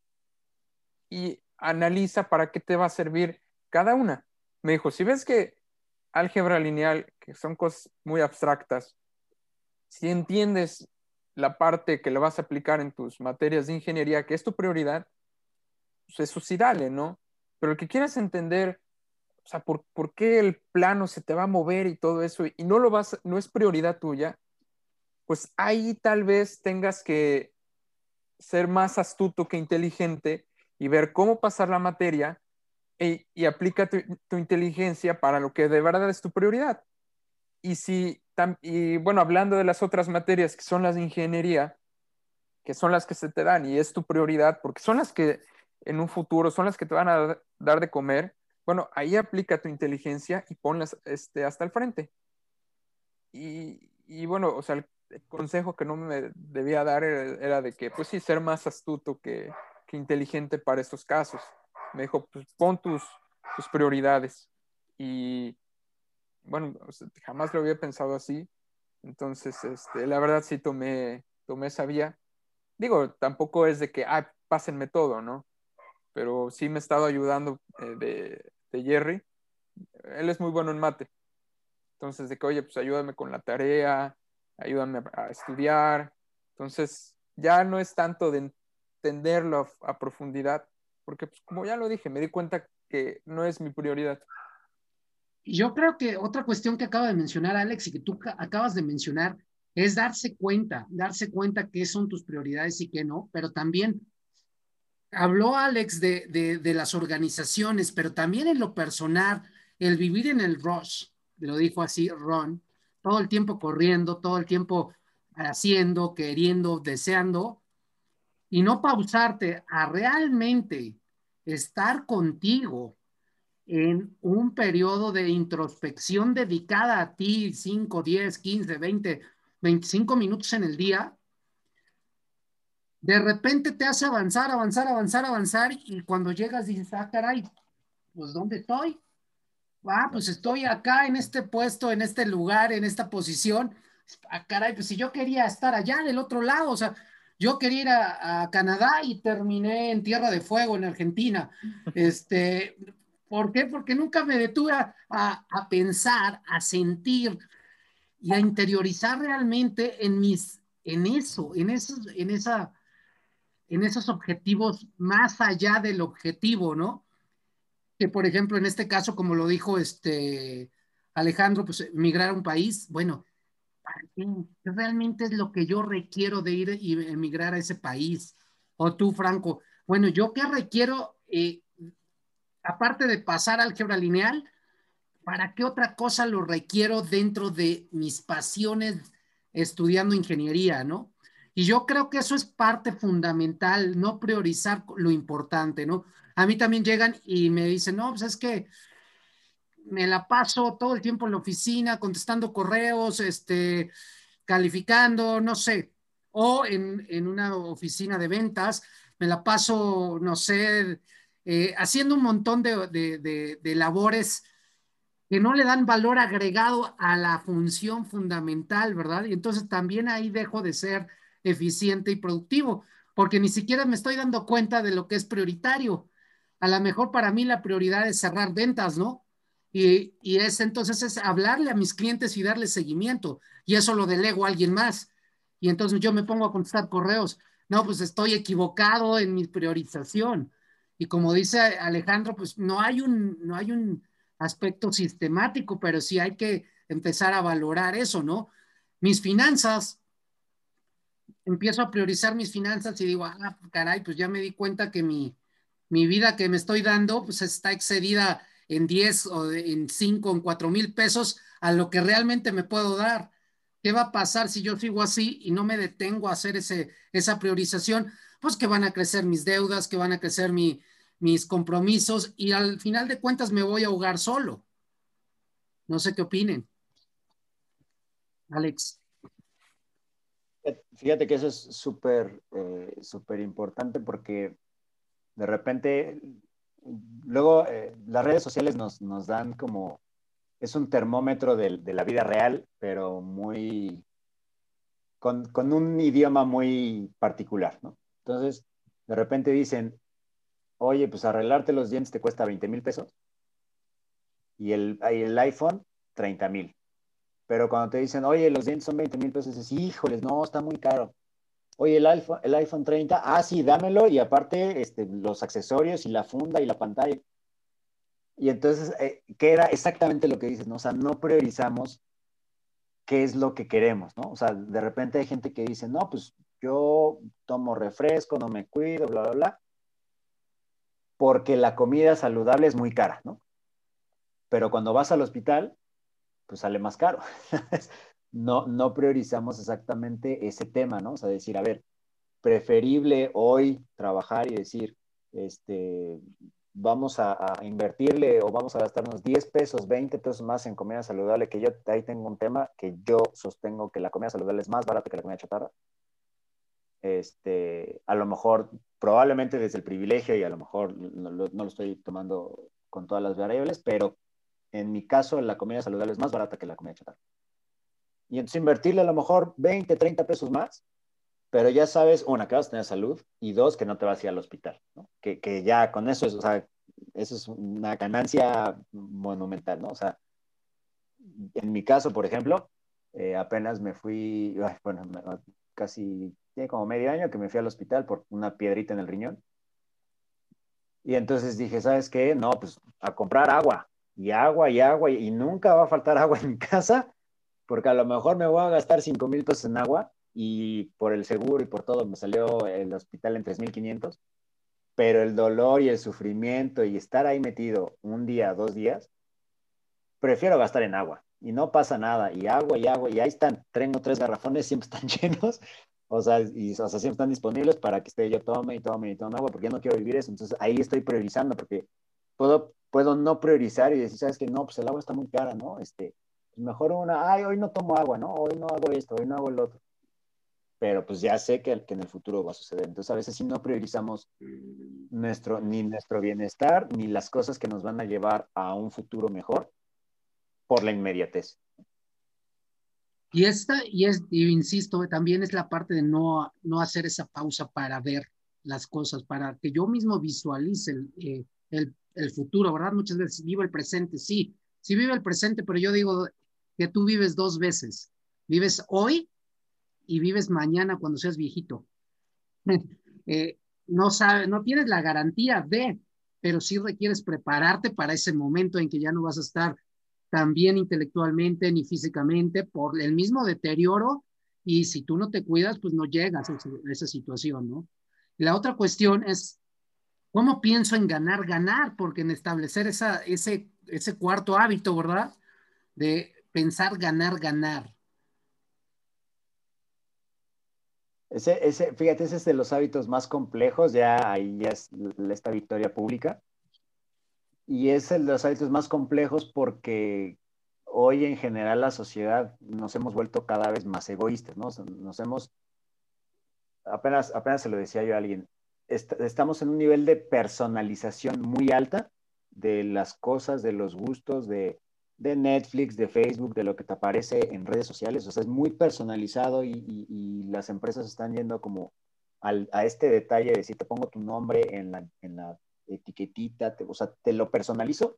y analiza para qué te va a servir cada una. Me dijo, si ves que álgebra lineal, que son cosas muy abstractas, si entiendes la parte que le vas a aplicar en tus materias de ingeniería, que es tu prioridad, pues eso sí dale, ¿no? Pero el que quieras entender, o sea, ¿por, por qué el plano se te va a mover y todo eso, y no lo vas, no es prioridad tuya, pues ahí tal vez tengas que ser más astuto que inteligente y ver cómo pasar la materia y, y aplica tu, tu, inteligencia para lo que de verdad es tu prioridad. Y si, y bueno, hablando de las otras materias que son las de ingeniería, que son las que se te dan y es tu prioridad, porque son las que en un futuro son las que te van a dar de comer, bueno, ahí aplica tu inteligencia y ponlas este, hasta el frente. Y, y bueno, o sea, el, el consejo que no me debía dar era, era, de que, pues sí, ser más astuto que, que inteligente para estos casos. Me dijo, pues pon tus, tus prioridades. Y bueno, o sea, jamás lo había pensado así. Entonces, este, la verdad sí tomé, tomé esa vía. Digo, tampoco es de que, ah, pásenme todo, ¿no? Pero sí me ha estado ayudando eh, de, de Jerry. Él es muy bueno en mate. Entonces, de que, oye, pues ayúdame con la tarea, ayúdame a, a estudiar. Entonces, ya no es tanto de entenderlo a, a profundidad, porque, pues, como ya lo dije, me di cuenta que no es mi prioridad. Yo creo que otra cuestión que acaba de mencionar Alex y que tú acabas de mencionar es darse cuenta, darse cuenta qué son tus prioridades y qué no, pero también habló Alex de, de, de las organizaciones, pero también en lo personal, el vivir en el rush, lo dijo así Ron, todo el tiempo corriendo, todo el tiempo haciendo, queriendo, deseando, y no pausarte a realmente estar contigo en un periodo de introspección dedicada a ti, cinco, diez, quince, veinte, veinticinco minutos en el día, de repente te hace avanzar, avanzar, avanzar, avanzar, y cuando llegas dices, ah, caray, pues ¿dónde estoy? Ah, pues estoy acá en este puesto, en este lugar, en esta posición. Ah, caray, pues si yo quería estar allá del otro lado, o sea, yo quería ir a, a Canadá y terminé en Tierra de Fuego, en Argentina. Este, ¿por qué? Porque nunca me detuve a, a, a pensar, a sentir y a interiorizar realmente en mis, en eso, en esos, en esa, en esos objetivos más allá del objetivo, ¿no? Que por ejemplo, en este caso, como lo dijo este Alejandro, pues migrar a un país, bueno, ¿para qué? ¿Qué realmente es lo que yo requiero de ir y emigrar a ese país? O tú, Franco, bueno, ¿yo qué requiero, eh, aparte de pasar álgebra lineal, para qué otra cosa lo requiero dentro de mis pasiones estudiando ingeniería, ¿no? Y yo creo que eso es parte fundamental, no priorizar lo importante, ¿no? A mí también llegan y me dicen, no, pues es que me la paso todo el tiempo en la oficina contestando correos, este, calificando, no sé, o en, en una oficina de ventas, me la paso, no sé, eh, haciendo un montón de, de, de, de labores que no le dan valor agregado a la función fundamental, ¿verdad? Y entonces también ahí dejo de ser eficiente y productivo, porque ni siquiera me estoy dando cuenta de lo que es prioritario. A lo mejor para mí la prioridad es cerrar ventas, ¿no? Y, y es entonces es hablarle a mis clientes y darle seguimiento, y eso lo delego a alguien más. Y entonces yo me pongo a contestar correos. No, pues estoy equivocado en mi priorización. Y como dice Alejandro, pues no hay un, no hay un aspecto sistemático, pero sí hay que empezar a valorar eso, ¿no? Mis finanzas, empiezo a priorizar mis finanzas y digo, ah, caray, pues ya me di cuenta que mi, mi vida que me estoy dando, pues está excedida en diez o en cinco, en cuatro mil pesos a lo que realmente me puedo dar. ¿Qué va a pasar si yo sigo así y no me detengo a hacer ese, esa priorización? Pues que van a crecer mis deudas, que van a crecer mi, mis compromisos y al final de cuentas me voy a ahogar solo. No sé qué opinen. Alex. Fíjate que eso es súper, eh, súper importante porque de repente, luego eh, las redes sociales nos, nos dan como, es un termómetro de, de la vida real, pero muy, con, con un idioma muy particular, ¿no? Entonces, de repente dicen, oye, pues arreglarte los dientes te cuesta veinte mil pesos y el, y el iPhone treinta mil. Pero cuando te dicen, oye, los dientes son veinte mil pesos, dices, híjoles, no, está muy caro. Oye, el iPhone, el iPhone treinta, ah, sí, dámelo y aparte este, los accesorios y la funda y la pantalla. Y entonces eh, queda exactamente lo que dices, ¿no? O sea, no priorizamos qué es lo que queremos, ¿no? O sea, de repente hay gente que dice, no, pues yo tomo refresco, no me cuido, bla, bla, bla, porque la comida saludable es muy cara, ¿no? Pero cuando vas al hospital, pues sale más caro. no, no priorizamos exactamente ese tema, ¿no? O sea, decir, a ver, preferible hoy trabajar y decir, este, vamos a, a, invertirle o vamos a gastarnos diez pesos, veinte pesos más en comida saludable, que yo ahí tengo un tema que yo sostengo que la comida saludable es más barata que la comida chatarra. Este, a lo mejor, probablemente desde el privilegio y a lo mejor no, no, no lo estoy tomando con todas las variables, pero en mi caso la comida saludable es más barata que la comida chatarra. Y entonces invertirle a lo mejor veinte, treinta pesos más, pero ya sabes, una, que vas a tener salud y dos, que no te vas a ir al hospital, ¿no? Que, que ya con eso es, o sea, eso es una ganancia monumental, ¿no? O sea, en mi caso, por ejemplo, eh, apenas me fui, bueno, casi, tiene como medio año que me fui al hospital por una piedrita en el riñón. Y entonces dije, ¿sabes qué? No, pues a comprar agua, y agua, y agua, y nunca va a faltar agua en mi casa, porque a lo mejor me voy a gastar cinco mil pesos en agua, y por el seguro y por todo me salió el hospital en tres mil quinientos, pero el dolor y el sufrimiento y estar ahí metido un día, dos días, prefiero gastar en agua y no pasa nada, y agua y agua, y ahí están, tengo tres garrafones, siempre están llenos, o sea, y, o sea, siempre están disponibles para que esté yo tome y tome y tome agua, porque yo no quiero vivir eso, entonces ahí estoy priorizando, porque puedo, puedo no priorizar y decir, ¿sabes qué? No, pues el agua está muy cara, ¿no? Este, mejor una, ay, hoy no tomo agua, ¿no? Hoy no hago esto, hoy no hago el otro, pero pues ya sé que, que en el futuro va a suceder, entonces a veces sí no priorizamos nuestro, ni nuestro bienestar, ni las cosas que nos van a llevar a un futuro mejor, por la inmediatez. Y esta, y es, y insisto, también es la parte de no, no hacer esa pausa para ver las cosas, para que yo mismo visualice el, eh, el, el futuro, ¿verdad? Muchas veces vivo el presente, sí, sí vive el presente, pero yo digo que tú vives dos veces. Vives hoy y vives mañana cuando seas viejito. eh, no sabes, no tienes la garantía de, pero sí requieres prepararte para ese momento en que ya no vas a estar tan bien intelectualmente ni físicamente por el mismo deterioro, y si tú no te cuidas, pues no llegas a, ese, a esa situación, ¿no? Y la otra cuestión es, ¿cómo pienso en ganar, ganar? Porque en establecer esa, ese, ese cuarto hábito, ¿verdad? De pensar ganar, ganar. Ese, ese, fíjate, ese es de los hábitos más complejos, ya ahí ya es esta victoria pública, y es el de los hábitos más complejos porque hoy en general la sociedad nos hemos vuelto cada vez más egoístas, ¿no? Nos hemos, apenas, apenas se lo decía yo a alguien, est estamos en un nivel de personalización muy alta de las cosas, de los gustos, de, de Netflix, de Facebook, de lo que te aparece en redes sociales. O sea, es muy personalizado y, y, y las empresas están yendo como al, a este detalle de si te pongo tu nombre en la, en la etiquetita, te, o sea, te lo personalizo,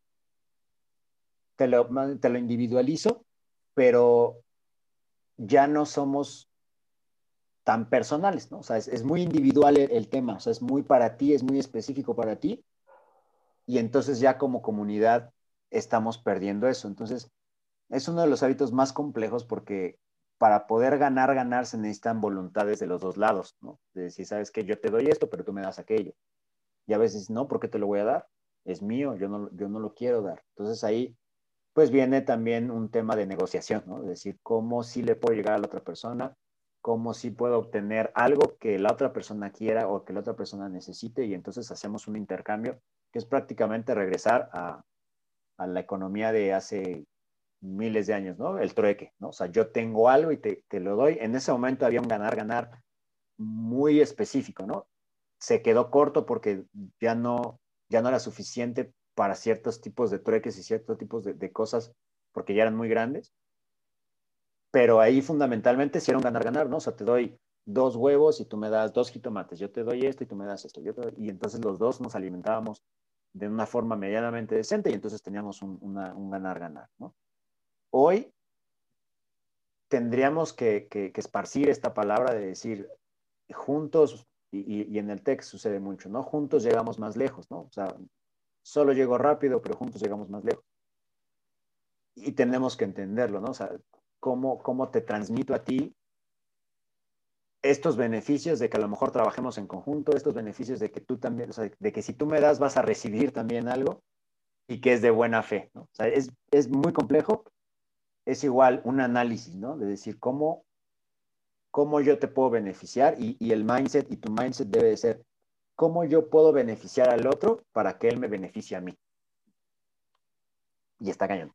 te lo, te lo individualizo, pero ya no somos tan personales, ¿no? O sea, es, es muy individual el, el tema, o sea, es muy para ti, es muy específico para ti, y entonces ya como comunidad estamos perdiendo eso. Entonces, es uno de los hábitos más complejos porque para poder ganar, ganar se necesitan voluntades de los dos lados, ¿no? De decir, sabes que yo te doy esto, pero tú me das aquello. Y a veces, no, ¿por qué te lo voy a dar? Es mío, yo no, yo no lo quiero dar. Entonces ahí, pues viene también un tema de negociación, ¿no? Es decir, cómo sí le puedo llegar a la otra persona, cómo sí puedo obtener algo que la otra persona quiera o que la otra persona necesite, y entonces hacemos un intercambio que es prácticamente regresar a, a la economía de hace miles de años, ¿no? El trueque, ¿no? O sea, yo tengo algo y te, te lo doy. En ese momento había un ganar-ganar muy específico, ¿no? Se quedó corto porque ya no, ya no era suficiente para ciertos tipos de trueques y ciertos tipos de, de cosas porque ya eran muy grandes. Pero ahí fundamentalmente sí era un ganar-ganar, ¿no? O sea, te doy dos huevos y tú me das dos jitomates, yo te doy esto y tú me das esto. Yo te doy... Y entonces los dos nos alimentábamos de una forma medianamente decente y entonces teníamos un, una, un ganar-ganar, ¿no? Hoy tendríamos que, que, que esparcir esta palabra de decir juntos, y, y, y en el TEC sucede mucho, ¿no? Juntos llegamos más lejos, ¿no? O sea, solo llego rápido, pero juntos llegamos más lejos. Y tenemos que entenderlo, ¿no? O sea, cómo, cómo te transmito a ti estos beneficios de que a lo mejor trabajemos en conjunto, estos beneficios de que tú también, o sea, de que si tú me das vas a recibir también algo y que es de buena fe, ¿no? O sea, es, es muy complejo, es igual un análisis, ¿no? De decir cómo, cómo yo te puedo beneficiar y, y el mindset y tu mindset debe de ser cómo yo puedo beneficiar al otro para que él me beneficie a mí. Y está cañón.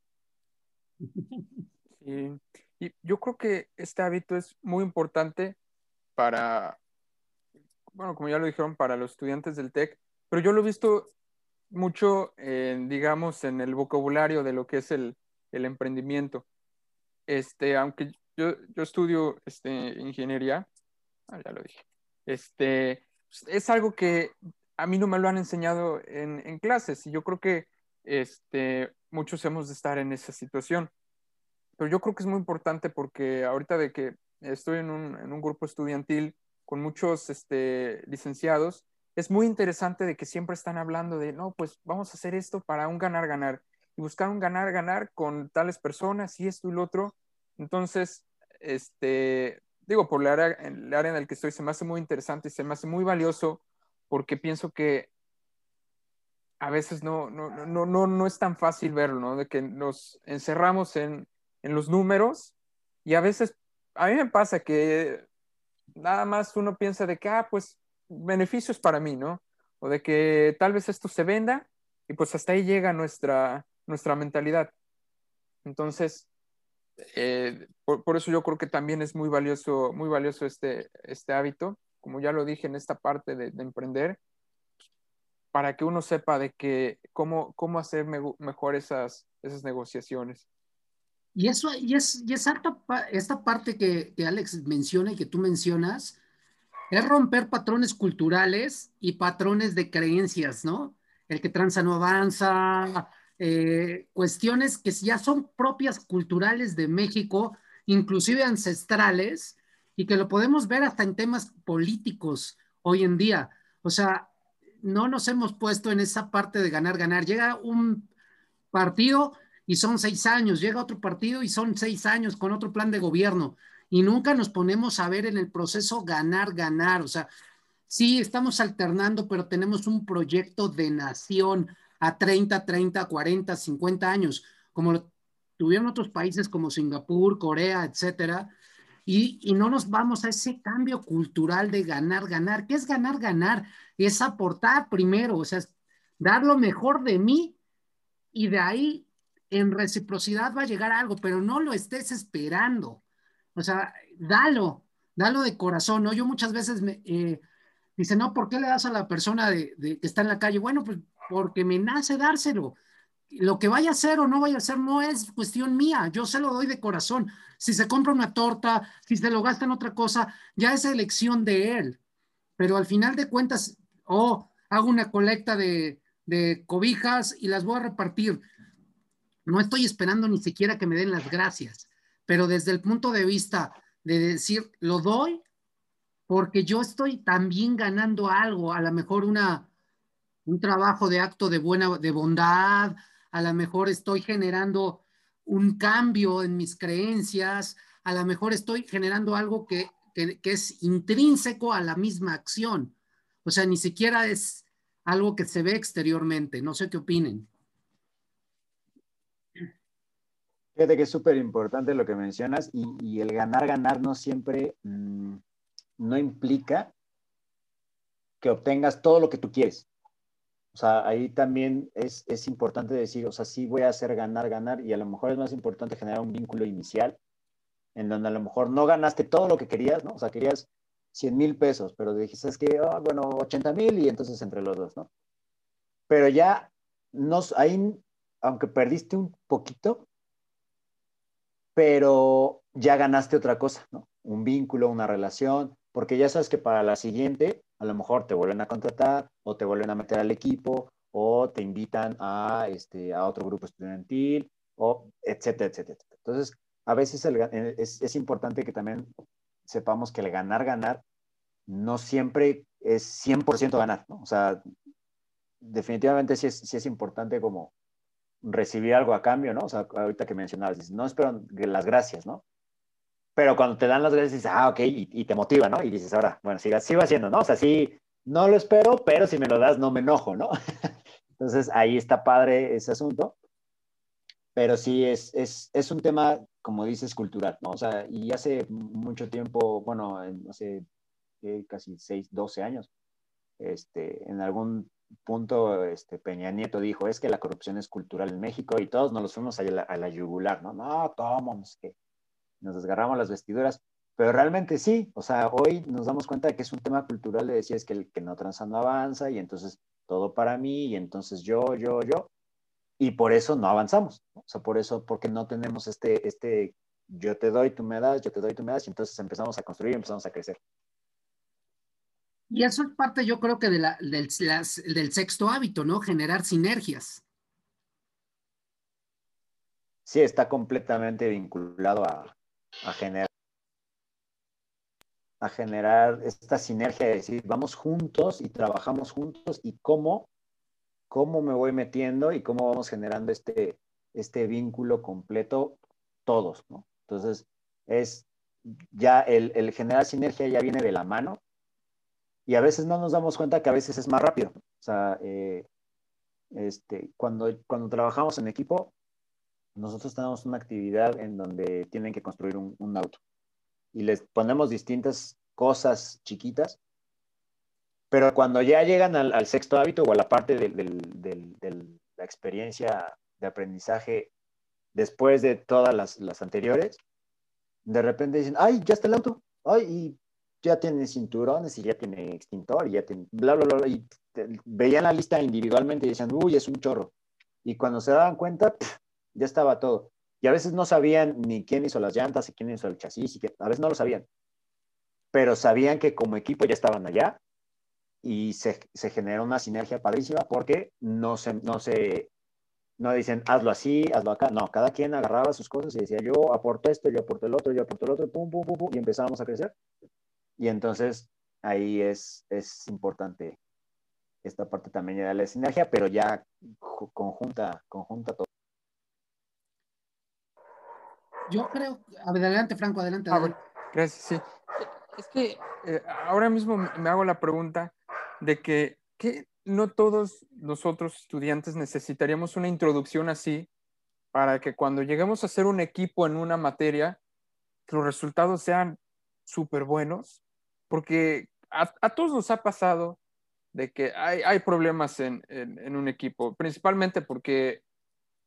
Sí. Y yo creo que este hábito es muy importante para, bueno, como ya lo dijeron, para los estudiantes del TEC, pero yo lo he visto mucho, en, digamos, en el vocabulario de lo que es el, el emprendimiento. Este, aunque yo, yo estudio este, ingeniería, ah, ya lo dije, este, es algo que a mí no me lo han enseñado en, en clases y yo creo que este, muchos hemos de estar en esa situación. Pero yo creo que es muy importante porque ahorita de que estoy en un, en un grupo estudiantil con muchos este, licenciados, es muy interesante de que siempre están hablando de, no, pues vamos a hacer esto para un ganar-ganar y buscar un ganar-ganar con tales personas y esto y lo otro. Entonces, este, digo, por el área, el área en el que estoy se me hace muy interesante y se me hace muy valioso porque pienso que a veces no, no, no, no, no es tan fácil verlo, ¿no? De que nos encerramos en, en los números y a veces, a mí me pasa que nada más uno piensa de que, ah, pues beneficios para mí, ¿no? O de que tal vez esto se venda y pues hasta ahí llega nuestra, nuestra mentalidad. Entonces, eh, por, por eso yo creo que también es muy valioso, muy valioso este, este hábito, como ya lo dije en esta parte de, de emprender, para que uno sepa de que cómo, cómo hacer me, mejor esas, esas negociaciones. Y eso, y es, y es harta pa- esta parte que, que Alex menciona y que tú mencionas, es romper patrones culturales y patrones de creencias, ¿no? El que tranza no avanza, eh, cuestiones que ya son propias culturales de México, inclusive ancestrales, y que lo podemos ver hasta en temas políticos hoy en día. O sea, no nos hemos puesto en esa parte de ganar, ganar. Llega un partido y son seis años, llega otro partido y son seis años con otro plan de gobierno y nunca nos ponemos a ver en el proceso ganar, ganar. O sea, sí, estamos alternando, pero tenemos un proyecto de nación a treinta, treinta, cuarenta, cincuenta años, como lo tuvieron otros países como Singapur, Corea, etcétera. Y, y no nos vamos a ese cambio cultural de ganar, ganar. ¿Qué es ganar, ganar? Es aportar primero, o sea, es dar lo mejor de mí y de ahí en reciprocidad va a llegar algo, pero no lo estés esperando. O sea, dalo, dalo de corazón, ¿no? Yo muchas veces me eh, dice, no, ¿por qué le das a la persona de, de, que está en la calle? Bueno, pues porque me nace dárselo. Lo que vaya a hacer o no vaya a hacer no es cuestión mía, yo se lo doy de corazón. Si se compra una torta, si se lo gasta en otra cosa, ya es elección de él. Pero al final de cuentas, oh, hago una colecta de, de cobijas y las voy a repartir. No estoy esperando ni siquiera que me den las gracias, pero desde el punto de vista de decir, lo doy porque yo estoy también ganando algo, a lo mejor una, un trabajo de acto de buena, de bondad, a lo mejor estoy generando un cambio en mis creencias, a lo mejor estoy generando algo que, que, que es intrínseco a la misma acción. O sea, ni siquiera es algo que se ve exteriormente. No sé qué opinen. Fíjate que es súper importante lo que mencionas y, y el ganar, ganar no siempre, mmm, no implica que obtengas todo lo que tú quieres. O sea, ahí también es, es importante decir, o sea, sí voy a hacer ganar, ganar, y a lo mejor es más importante generar un vínculo inicial en donde a lo mejor no ganaste todo lo que querías, ¿no? O sea, querías cien mil pesos, pero dijiste, es que, oh, bueno, ochenta mil y entonces entre los dos, ¿no? Pero ya, nos, ahí, aunque perdiste un poquito, pero ya ganaste otra cosa, ¿no? Un vínculo, una relación, porque ya sabes que para la siguiente a lo mejor te vuelven a contratar o te vuelven a meter al equipo o te invitan a, este, a otro grupo estudiantil, o etcétera, etcétera. Entonces, a veces el, es, es importante que también sepamos que el ganar, ganar no siempre es cien por ciento ganar, ¿no? O sea, definitivamente sí es, sí es importante como recibir algo a cambio, ¿no? O sea, ahorita que mencionabas, dices, no espero las gracias, ¿no? Pero cuando te dan las gracias, dices, ah, ok, y, y te motiva, ¿no? Y dices, ahora, bueno, siga, sigo haciendo, ¿no? O sea, sí, no lo espero, pero si me lo das, no me enojo, ¿no? Entonces, ahí está padre ese asunto. Pero sí, es, es, es un tema, como dices, cultural, ¿no? O sea, y hace mucho tiempo, bueno, hace eh, casi seis, doce años, este, en algún punto este, Peña Nieto dijo, es que la corrupción es cultural en México y todos nos los fuimos a la, a la yugular, ¿no? No, ¿cómo? No sé qué. Nos desgarramos las vestiduras, pero realmente sí, o sea, hoy nos damos cuenta de que es un tema cultural de decir es que el que no tranza no avanza y entonces todo para mí y entonces yo, yo, yo, y por eso no avanzamos, ¿no? O sea, por eso, porque no tenemos este, este, yo te doy, tú me das, yo te doy, tú me das, y entonces empezamos a construir y empezamos a crecer. Y eso es parte, yo creo que de la, del, las, del sexto hábito, ¿no? Generar sinergias. Sí, está completamente vinculado a, a generar a generar esta sinergia de decir, vamos juntos y trabajamos juntos y cómo, cómo me voy metiendo y cómo vamos generando este, este vínculo completo todos, ¿no? Entonces, es ya el, el generar sinergia ya viene de la mano y a veces no nos damos cuenta que a veces es más rápido. O sea, eh, este, cuando, cuando trabajamos en equipo, nosotros tenemos una actividad en donde tienen que construir un, un auto y les ponemos distintas cosas chiquitas, pero cuando ya llegan al, al sexto hábito o a la parte de, de, de, de la experiencia de aprendizaje después de todas las, las anteriores, de repente dicen, ay, ya está el auto, ay, y ya tiene cinturones y ya tiene extintor y ya tiene bla, bla, bla, y te, veían la lista individualmente y decían, uy, es un chorro. Y cuando se daban cuenta, pff, ya estaba todo. Y a veces no sabían ni quién hizo las llantas y quién hizo el chasis, y que, a veces no lo sabían, pero sabían que como equipo ya estaban allá y se, se genera una sinergia padrísima porque no se, no se, no dicen hazlo así, hazlo acá, no, cada quien agarraba sus cosas y decía yo aporto esto, yo aporto el otro, yo aporto el otro, pum, pum, pum, pum, y empezábamos a crecer. Y entonces ahí es, es importante esta parte también de la sinergia, pero ya conjunta, conjunta todo. Yo creo, adelante Franco, adelante, Ah, adelante. bueno, gracias, sí. Es que eh, ahora mismo me hago la pregunta de que, que no todos nosotros estudiantes necesitaríamos una introducción así para que cuando lleguemos a ser un equipo en una materia, los resultados sean súper buenos, porque a, a, todos nos ha pasado de que hay, hay problemas en, en, en un equipo, principalmente porque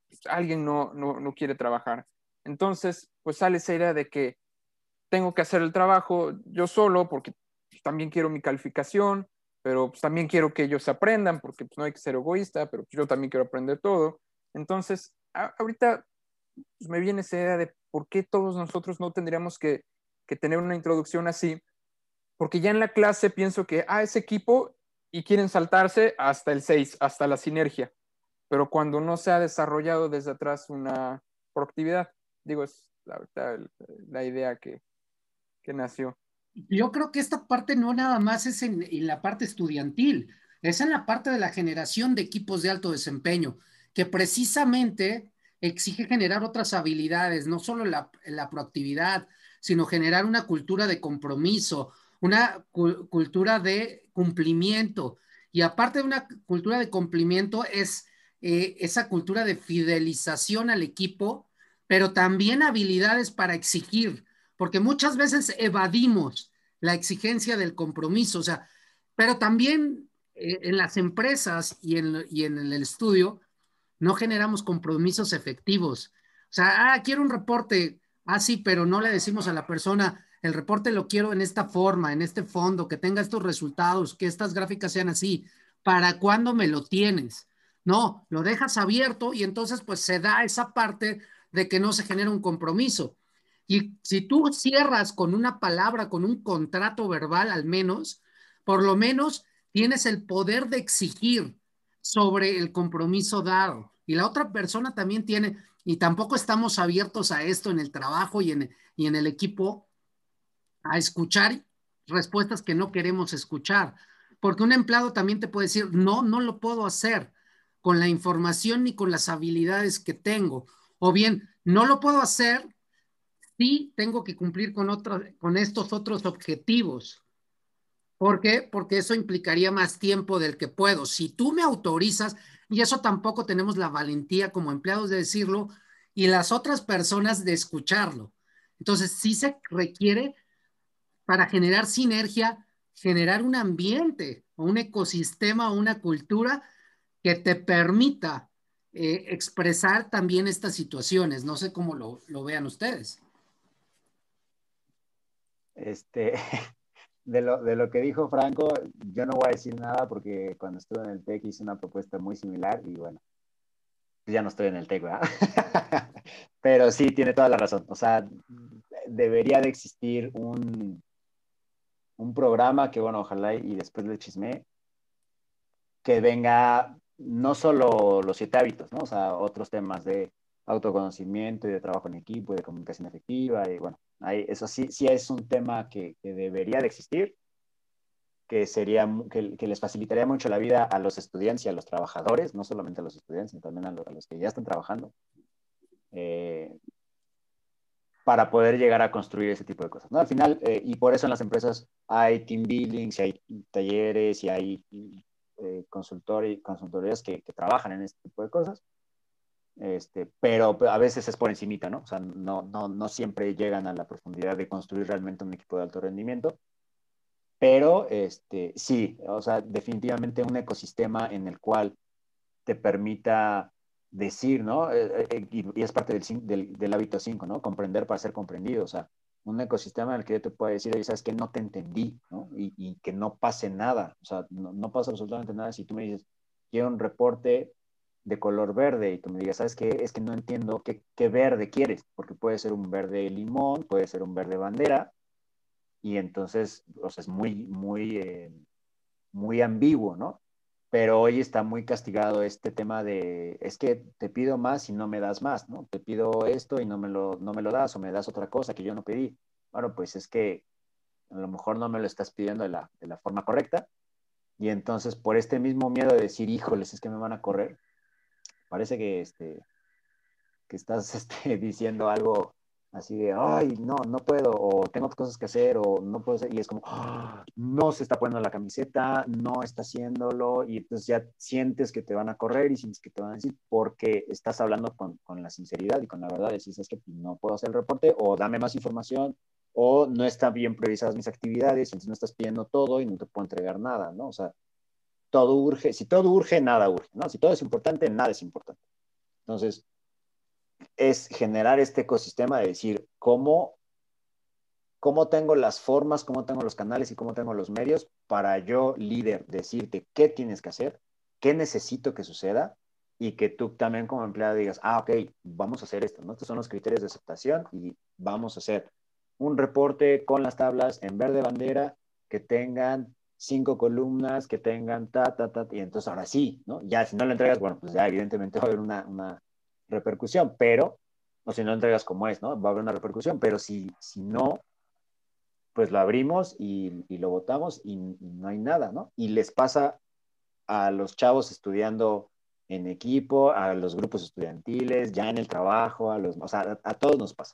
pues, alguien no, no, no quiere trabajar. Entonces, pues sale esa idea de que tengo que hacer el trabajo yo solo porque pues, también quiero mi calificación, pero pues, también quiero que ellos aprendan porque pues, no hay que ser egoísta, pero pues, yo también quiero aprender todo. Entonces, a, ahorita pues, me viene esa idea de por qué todos nosotros no tendríamos que, que tener una introducción así, porque ya en la clase pienso que, ah, es equipo y quieren saltarse hasta el seis, hasta la sinergia, pero cuando no se ha desarrollado desde atrás una proactividad, digo, es la, la, la idea que, que nació. Yo creo que esta parte no nada más es en, en la parte estudiantil, es en la parte de la generación de equipos de alto desempeño, que precisamente exige generar otras habilidades, no solo la, la proactividad, sino generar una cultura de compromiso, una cu cultura de cumplimiento. Y aparte de una cultura de cumplimiento es eh, esa cultura de fidelización al equipo, pero también habilidades para exigir, porque muchas veces evadimos la exigencia del compromiso, o sea, pero también eh, en las empresas y en, y en el estudio no generamos compromisos efectivos. O sea, ah, quiero un reporte, ah, sí, pero no le decimos a la persona, el reporte lo quiero en esta forma, en este fondo, que tenga estos resultados, que estas gráficas sean así. ¿Para cuándo me lo tienes? No, lo dejas abierto y entonces pues se da esa parte de que no se genera un compromiso. Y si tú cierras con una palabra, con un contrato verbal al menos, por lo menos tienes el poder de exigir sobre el compromiso dado. Y la otra persona también tiene, y tampoco estamos abiertos a esto en el trabajo y en, y en el equipo, a escuchar respuestas que no queremos escuchar. Porque un empleado también te puede decir, no, no lo puedo hacer con la información ni con las habilidades que tengo. O bien, no lo puedo hacer, sí tengo que cumplir con, otro, con estos otros objetivos. ¿Por qué? Porque eso implicaría más tiempo del que puedo. Si tú me autorizas, y eso tampoco tenemos la valentía como empleados de decirlo, y las otras personas de escucharlo. Entonces, sí se requiere para generar sinergia, generar un ambiente o un ecosistema o una cultura que te permita eh, expresar también estas situaciones. No sé cómo lo, lo vean ustedes. Este, de lo, de lo que dijo Franco, yo no voy a decir nada porque cuando estuve en el TEC hice una propuesta muy similar y bueno, pues ya no estoy en el TEC, ¿verdad? Pero sí, tiene toda la razón. O sea, debería de existir un, un programa que, bueno, ojalá y después le chisme, que venga no solo los siete hábitos, ¿no? O sea, otros temas de autoconocimiento y de trabajo en equipo y de comunicación efectiva y bueno, ahí, eso sí, sí es un tema que, que debería de existir, que, sería, que, que les facilitaría mucho la vida a los estudiantes y a los trabajadores, no solamente a los estudiantes, sino también a los, a los que ya están trabajando, eh, para poder llegar a construir ese tipo de cosas, ¿no? Al final, eh, y por eso en las empresas hay team buildings, y hay talleres, y hay eh, consultor y consultorías que, que trabajan en este tipo de cosas, este, pero a veces es por encimita, ¿no? O sea, no, no, no siempre llegan a la profundidad de construir realmente un equipo de alto rendimiento, pero este, sí, o sea, definitivamente un ecosistema en el cual te permita decir, ¿no? Eh, eh, y, y es parte del, del, del hábito cinco, ¿no? Comprender para ser comprendido, o sea, un ecosistema en el que yo te pueda decir, oye, sabes que no te entendí, ¿no? Y, y que no pase nada, o sea, no, no pasa absolutamente nada si tú me dices, quiero un reporte de color verde y tú me digas, ¿sabes qué? Es que no entiendo qué, qué verde quieres, porque puede ser un verde limón, puede ser un verde bandera, y entonces, o sea, es muy, muy, eh, muy ambiguo, ¿no? Pero hoy está muy castigado este tema de, es que te pido más y no me das más, ¿no? Te pido esto y no me lo, no me lo das o me das otra cosa que yo no pedí. Bueno, pues es que a lo mejor no me lo estás pidiendo de la, de la forma correcta y entonces por este mismo miedo de decir, híjoles, es que me van a correr, parece que, este, que estás este, diciendo algo así de, ay, no, no puedo, o tengo cosas que hacer, o no puedo hacer, y es como, oh, no se está poniendo la camiseta, no está haciéndolo, y entonces ya sientes que te van a correr y sientes que te van a decir, porque estás hablando con, con la sinceridad y con la verdad, decís, es que no puedo hacer el reporte, o dame más información, o no están bien priorizadas mis actividades, entonces no estás pidiendo todo y no te puedo entregar nada, ¿no? O sea, todo urge, si todo urge, nada urge, ¿no? Si todo es importante, nada es importante. Entonces, es generar este ecosistema de decir cómo, cómo tengo las formas, cómo tengo los canales y cómo tengo los medios para yo, líder, decirte qué tienes que hacer, qué necesito que suceda y que tú también como empleado digas, ah, ok, vamos a hacer esto, ¿no? Estos son los criterios de aceptación y vamos a hacer un reporte con las tablas en verde bandera que tengan cinco columnas, que tengan ta, ta, ta, y entonces ahora sí, ¿no? Ya si no lo entregas, bueno, pues ya evidentemente va a haber una, una repercusión, pero, o si no lo entregas como es, ¿no? Va a haber una repercusión, pero si, si no, pues lo abrimos y, y lo votamos y, y no hay nada, ¿no? Y les pasa a los chavos estudiando en equipo, a los grupos estudiantiles, ya en el trabajo, a los, o sea, a, a todos nos pasa.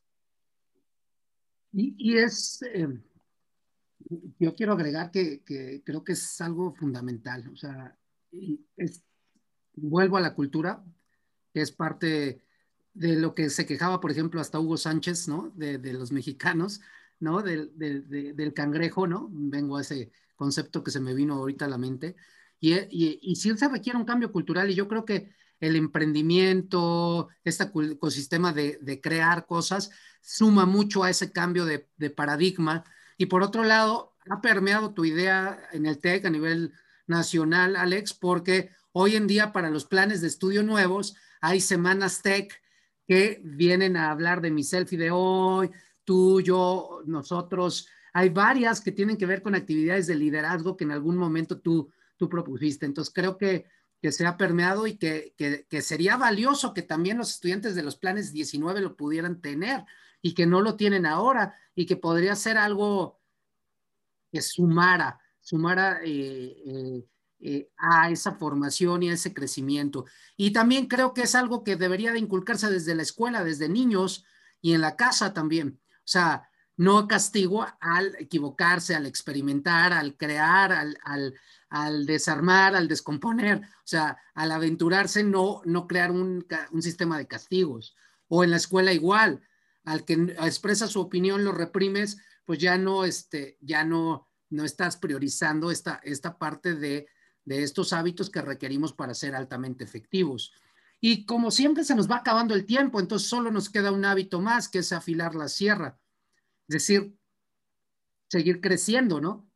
Y, y es, eh, yo quiero agregar que, que creo que es algo fundamental, o sea, y es, vuelvo a la cultura, que es parte de lo que se quejaba, por ejemplo, hasta Hugo Sánchez, ¿no? De, de los mexicanos, ¿no? Del, del, de, del cangrejo, ¿no? Vengo a ese concepto que se me vino ahorita a la mente. Y, y, y sí se requiere un cambio cultural y yo creo que el emprendimiento, este ecosistema de, de crear cosas, suma mucho a ese cambio de, de paradigma. Y por otro lado, ha permeado tu idea en el TEC a nivel nacional, Alex, porque hoy en día para los planes de estudio nuevos hay semanas tech que vienen a hablar de mi selfie de hoy, tú, yo, nosotros. Hay varias que tienen que ver con actividades de liderazgo que en algún momento tú, tú propusiste. Entonces creo que, que se ha permeado y que, que, que sería valioso que también los estudiantes de los planes diecinueve lo pudieran tener y que no lo tienen ahora y que podría ser algo que sumara, sumara eh, eh, eh, a esa formación y a ese crecimiento. Y también creo que es algo que debería de inculcarse desde la escuela, desde niños y en la casa también. O sea, no castigo al equivocarse, al experimentar, al crear, al, al, al desarmar, al descomponer. O sea, al aventurarse, no, no crear un, un sistema de castigos. O en la escuela igual, al que expresa su opinión lo reprimes, pues ya no, este, ya no, no estás priorizando esta, esta parte de, de estos hábitos que requerimos para ser altamente efectivos. Y como siempre se nos va acabando el tiempo, entonces solo nos queda un hábito más, que es afilar la sierra. Es decir, seguir creciendo, ¿no?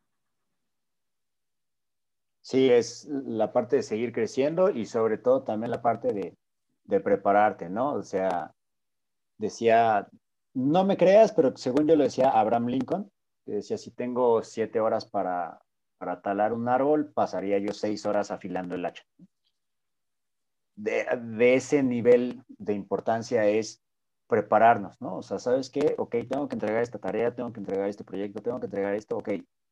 Sí, es la parte de seguir creciendo y sobre todo también la parte de, de prepararte, ¿no? O sea, decía, no me creas, pero según yo lo decía Abraham Lincoln, que decía, si tengo siete horas para, para talar un árbol, pasaría yo seis horas afilando el hacha. De, de ese nivel de importancia es prepararnos, ¿no? O sea, ¿sabes qué? Ok, tengo que entregar esta tarea, tengo que entregar este proyecto, tengo que entregar esto, ok.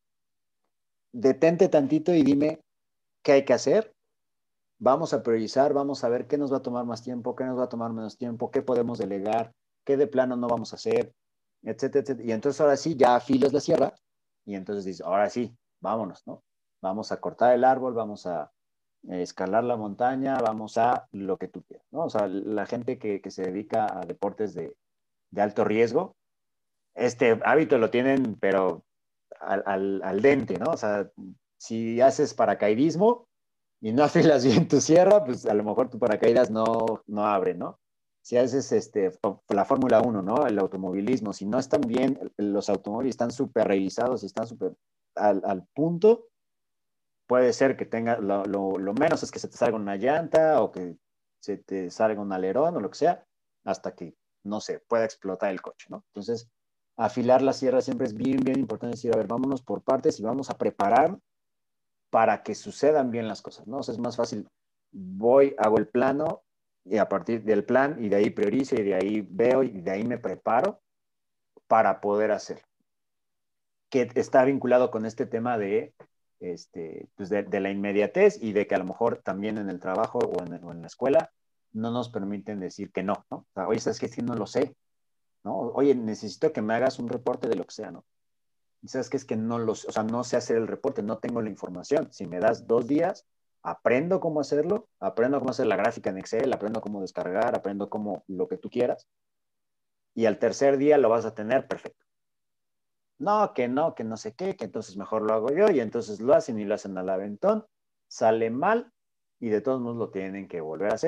Detente tantito y dime qué hay que hacer. Vamos a priorizar, vamos a ver qué nos va a tomar más tiempo, qué nos va a tomar menos tiempo, qué podemos delegar, qué de plano no vamos a hacer, etcétera, etcétera. Y entonces ahora sí, ya afilas la sierra y entonces dices, ahora sí, vámonos, ¿no? Vamos a cortar el árbol, vamos a escalar la montaña, vamos a lo que tú quieras, ¿no? O sea, la gente que, que se dedica a deportes de, de alto riesgo, este hábito lo tienen, pero al, al, al dente, ¿no? O sea, si haces paracaidismo y no afilas bien tu sierra, pues a lo mejor tu paracaídas no, no abre, ¿no? Si haces este, la Fórmula uno, ¿no? El automovilismo, si no están bien, los automóviles están súper revisados y están súper al, al punto, puede ser que tenga, lo, lo, lo menos es que se te salga una llanta o que se te salga un alerón o lo que sea, hasta que, no sé, pueda explotar el coche, ¿no? Entonces, afilar la sierra siempre es bien, bien importante decir, a ver, vámonos por partes y vamos a preparar para que sucedan bien las cosas, ¿no? O sea, es más fácil, voy, hago el plano y a partir del plan y de ahí priorizo y de ahí veo y de ahí me preparo para poder hacer. Que está vinculado con este tema de, este, pues de, de la inmediatez y de que a lo mejor también en el trabajo o en, o en la escuela no nos permiten decir que no, ¿no? O sea, oye, ¿sabes qué? Sí, no lo sé, ¿no? Oye, necesito que me hagas un reporte de lo que sea, ¿no? Y sabes que es que no los, o sea, no sé hacer el reporte, no tengo la información. Si me das dos días, aprendo cómo hacerlo, aprendo cómo hacer la gráfica en Excel, aprendo cómo descargar, aprendo cómo lo que tú quieras. Y al tercer día lo vas a tener perfecto. No, que no, que no sé qué, que entonces mejor lo hago yo y entonces lo hacen y lo hacen al aventón, sale mal y de todos modos lo tienen que volver a hacer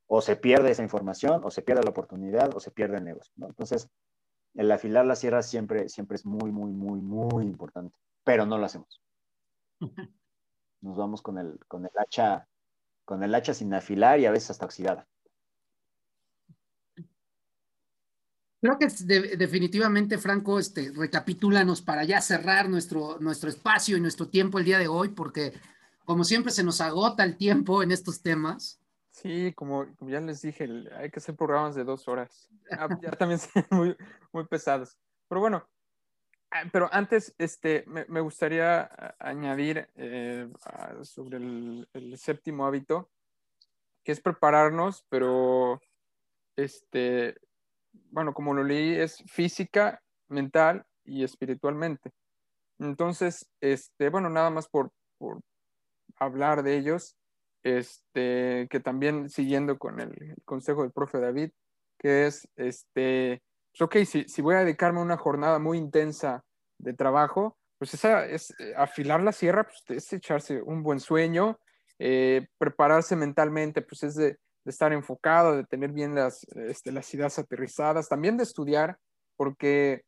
o se pierde esa información, o se pierde la oportunidad, o se pierde el negocio, ¿no? Entonces, el afilar la sierra siempre, siempre es muy, muy, muy, muy importante, pero no lo hacemos. Nos vamos con el, con el hacha, con el hacha sin afilar y a veces hasta oxidada. Creo que es de- definitivamente, Franco, este, recapitúlanos para ya cerrar nuestro, nuestro espacio y nuestro tiempo el día de hoy, porque como siempre se nos agota el tiempo en estos temas. Sí, como, como ya les dije, el- hay que hacer programas de dos horas. Ah, ya también son muy, muy pesados. Pero bueno, ah, pero antes este, me, me gustaría a- añadir eh, a- sobre el, el séptimo hábito, que es prepararnos, pero este, bueno, como lo leí, es física, mental y espiritualmente. Entonces, este, bueno, nada más por, por hablar de ellos, este, que también siguiendo con el, el consejo del profe David, que es, este, pues, ok, si, si voy a dedicarme a una jornada muy intensa de trabajo, pues esa es eh, afilar la sierra, pues es echarse un buen sueño, eh, prepararse mentalmente, pues es de, de estar enfocado, de tener bien las, este, las ideas aterrizadas, también de estudiar, porque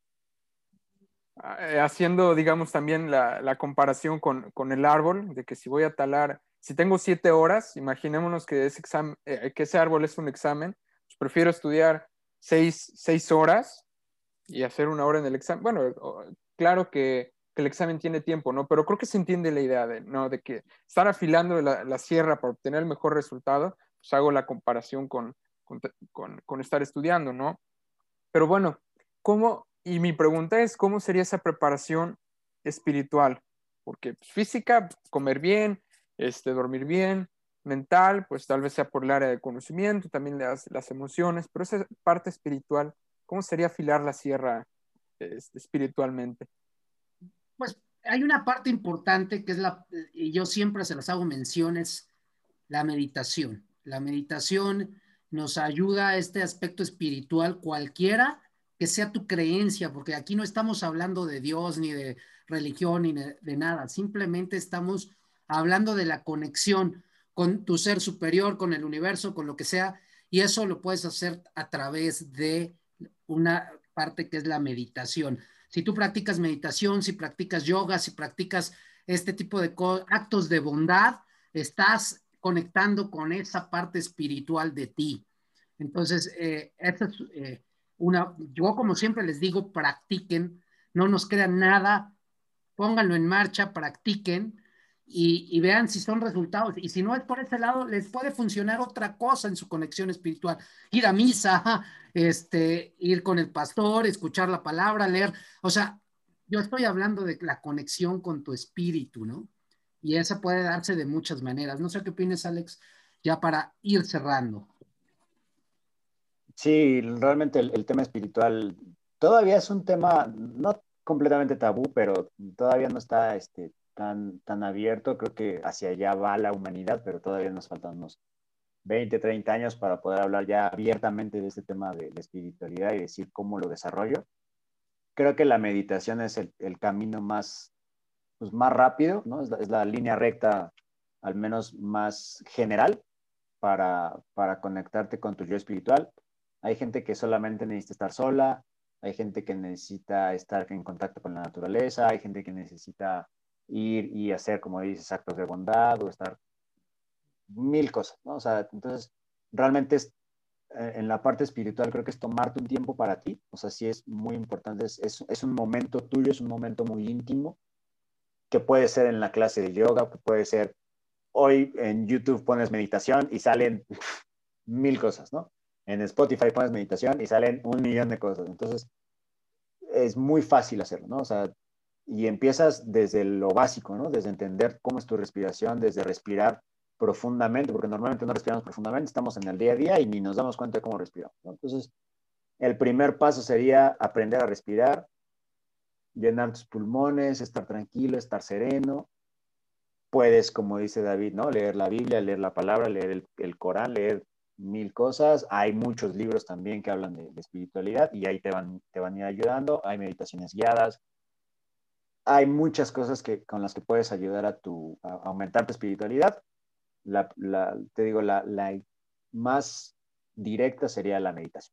eh, haciendo, digamos, también la, la comparación con, con, el árbol, de que si voy a talar, si tengo siete horas, imaginémonos que ese, examen, eh, que ese árbol es un examen, pues prefiero estudiar seis, seis horas y hacer una hora en el examen. Bueno, claro que, que, el examen tiene tiempo, ¿no? Pero creo que se entiende la idea de, ¿no? De que estar afilando la, la sierra para obtener el mejor resultado, pues hago la comparación con, con, con, con estar estudiando, ¿no? Pero bueno, ¿cómo? Y mi pregunta es, ¿cómo sería esa preparación espiritual? Porque pues, física, comer bien, este, dormir bien, mental, pues tal vez sea por el área de conocimiento, también las, las emociones, pero esa parte espiritual, ¿cómo sería afilar la sierra este, espiritualmente? Pues hay una parte importante que es la, y yo siempre se las hago menciones, la meditación. La meditación nos ayuda a este aspecto espiritual cualquiera que sea tu creencia, porque aquí no estamos hablando de Dios ni de religión ni de, de nada, simplemente estamos hablando de la conexión con tu ser superior, con el universo, con lo que sea, y eso lo puedes hacer a través de una parte que es la meditación. Si tú practicas meditación, si practicas yoga, si practicas este tipo de actos de bondad, estás conectando con esa parte espiritual de ti. Entonces, eh, esta es eh, una, yo como siempre les digo, practiquen, no nos crean nada, pónganlo en marcha, practiquen y, y, vean si son resultados. Y si no es por ese lado, les puede funcionar otra cosa en su conexión espiritual. Ir a misa, este, ir con el pastor, escuchar la palabra, leer. O sea, yo estoy hablando de la conexión con tu espíritu, ¿no? Y esa puede darse de muchas maneras. No sé qué opinas, Alex, ya para ir cerrando. Sí, realmente el, el tema espiritual todavía es un tema no completamente tabú, pero todavía no está este, tan, tan abierto. Creo que hacia allá va la humanidad, pero todavía nos faltan unos veinte, treinta años para poder hablar ya abiertamente de este tema de, de espiritualidad y decir cómo lo desarrollo. Creo que la meditación es el, el camino más, pues, más rápido, ¿no? Es la, es la línea recta, al menos más general, para, para conectarte con tu yo espiritual. Hay gente que solamente necesita estar sola, hay gente que necesita estar en contacto con la naturaleza, hay gente que necesita ir y hacer, como dices, actos de bondad o estar mil cosas, ¿no? O sea, entonces, realmente es, eh, en la parte espiritual creo que es tomarte un tiempo para ti, o sea, sí es muy importante, es, es, es un momento tuyo, es un momento muy íntimo, que puede ser en la clase de yoga, puede ser hoy en YouTube pones meditación y salen mil cosas, ¿no? En Spotify pones meditación y salen un millón de cosas. Entonces, es muy fácil hacerlo, ¿no? O sea, y empiezas desde lo básico, ¿no? Desde entender cómo es tu respiración, desde respirar profundamente, porque normalmente no respiramos profundamente, estamos en el día a día y ni nos damos cuenta de cómo respiramos, ¿no? Entonces, el primer paso sería aprender a respirar, llenar tus pulmones, estar tranquilo, estar sereno. Puedes, como dice David, ¿no? Leer la Biblia, leer la palabra, leer el, el Corán, leer mil cosas. Hay muchos libros también que hablan de, de espiritualidad y ahí te van, te van a ir ayudando. Hay meditaciones guiadas. Hay muchas cosas que, con las que puedes ayudar a, tu, a aumentar tu espiritualidad. La, la, te digo, la, la más directa sería la meditación.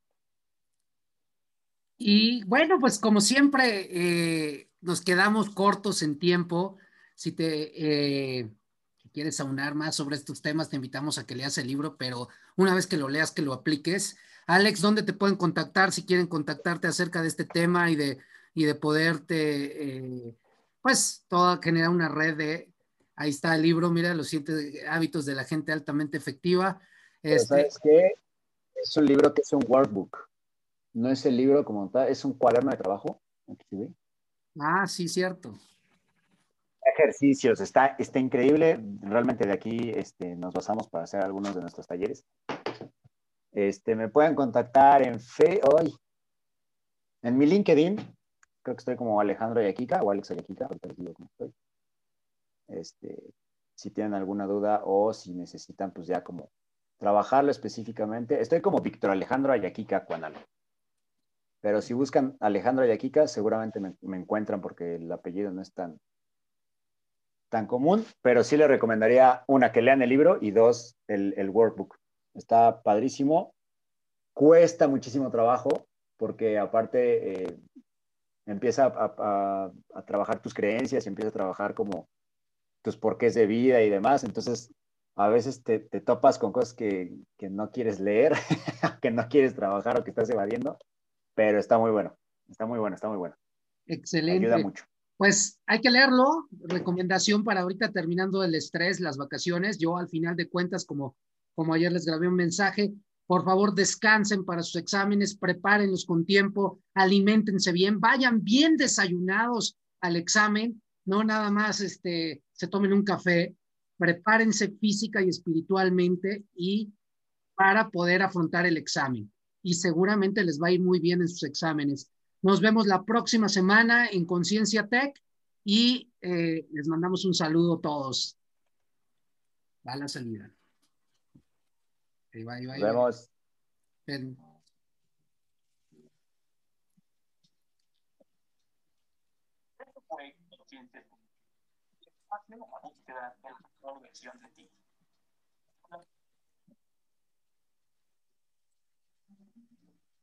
Y bueno, pues como siempre, eh, nos quedamos cortos en tiempo. Si te eh, si quieres aunar más sobre estos temas, te invitamos a que leas el libro, pero una vez que lo leas, que lo apliques. Alex, ¿dónde te pueden contactar si quieren contactarte acerca de este tema y de, y de poderte, eh, pues, toda, generar una red de, ahí está el libro, mira, los siete hábitos de la gente altamente efectiva. Pero Este, ¿sabes qué? Es un libro que es un workbook. No es el libro como tal, es un cuaderno de trabajo. Aquí se ve. ah, sí, cierto. Ejercicios, está, está increíble. Realmente de aquí este, nos basamos para hacer algunos de nuestros talleres. Este, me pueden contactar en fe hoy, en mi LinkedIn. Creo que estoy como Alejandro Ayaquica o Alex Ayaquica, ahorita les digo cómo estoy. Este, si tienen alguna duda o si necesitan, pues ya como trabajarlo específicamente. Estoy como Víctor Alejandro Ayaquica Cuanalo. Pero si buscan Alejandro Ayaquica, seguramente me, me encuentran porque el apellido no es tan, tan común, pero sí les recomendaría una, que lean el libro y dos, el, el workbook. Está padrísimo, cuesta muchísimo trabajo porque aparte eh, empieza a, a, a, trabajar tus creencias y empieza a trabajar como tus porqués de vida y demás, entonces a veces te, te topas con cosas que, que no quieres leer, que no quieres trabajar o que estás evadiendo, pero está muy bueno, está muy bueno, está muy bueno. Ayuda Excelente. mucho. Pues hay que leerlo. Recomendación para ahorita terminando el estrés, las vacaciones. Yo al final de cuentas, como, como ayer les grabé un mensaje, por favor descansen para sus exámenes, prepárenlos con tiempo, aliméntense bien, vayan bien desayunados al examen, no nada más este, se tomen un café, prepárense física y espiritualmente y para poder afrontar el examen. Y seguramente les va a ir muy bien en sus exámenes. Nos vemos la próxima semana en Conciencia Tech y eh, les mandamos un saludo a todos. Va a la salida. Ahí va, ahí va, Nos ahí va. vemos. Ven. Esto fue Consciente. Espacio a la búsqueda de la mejor versión de ti.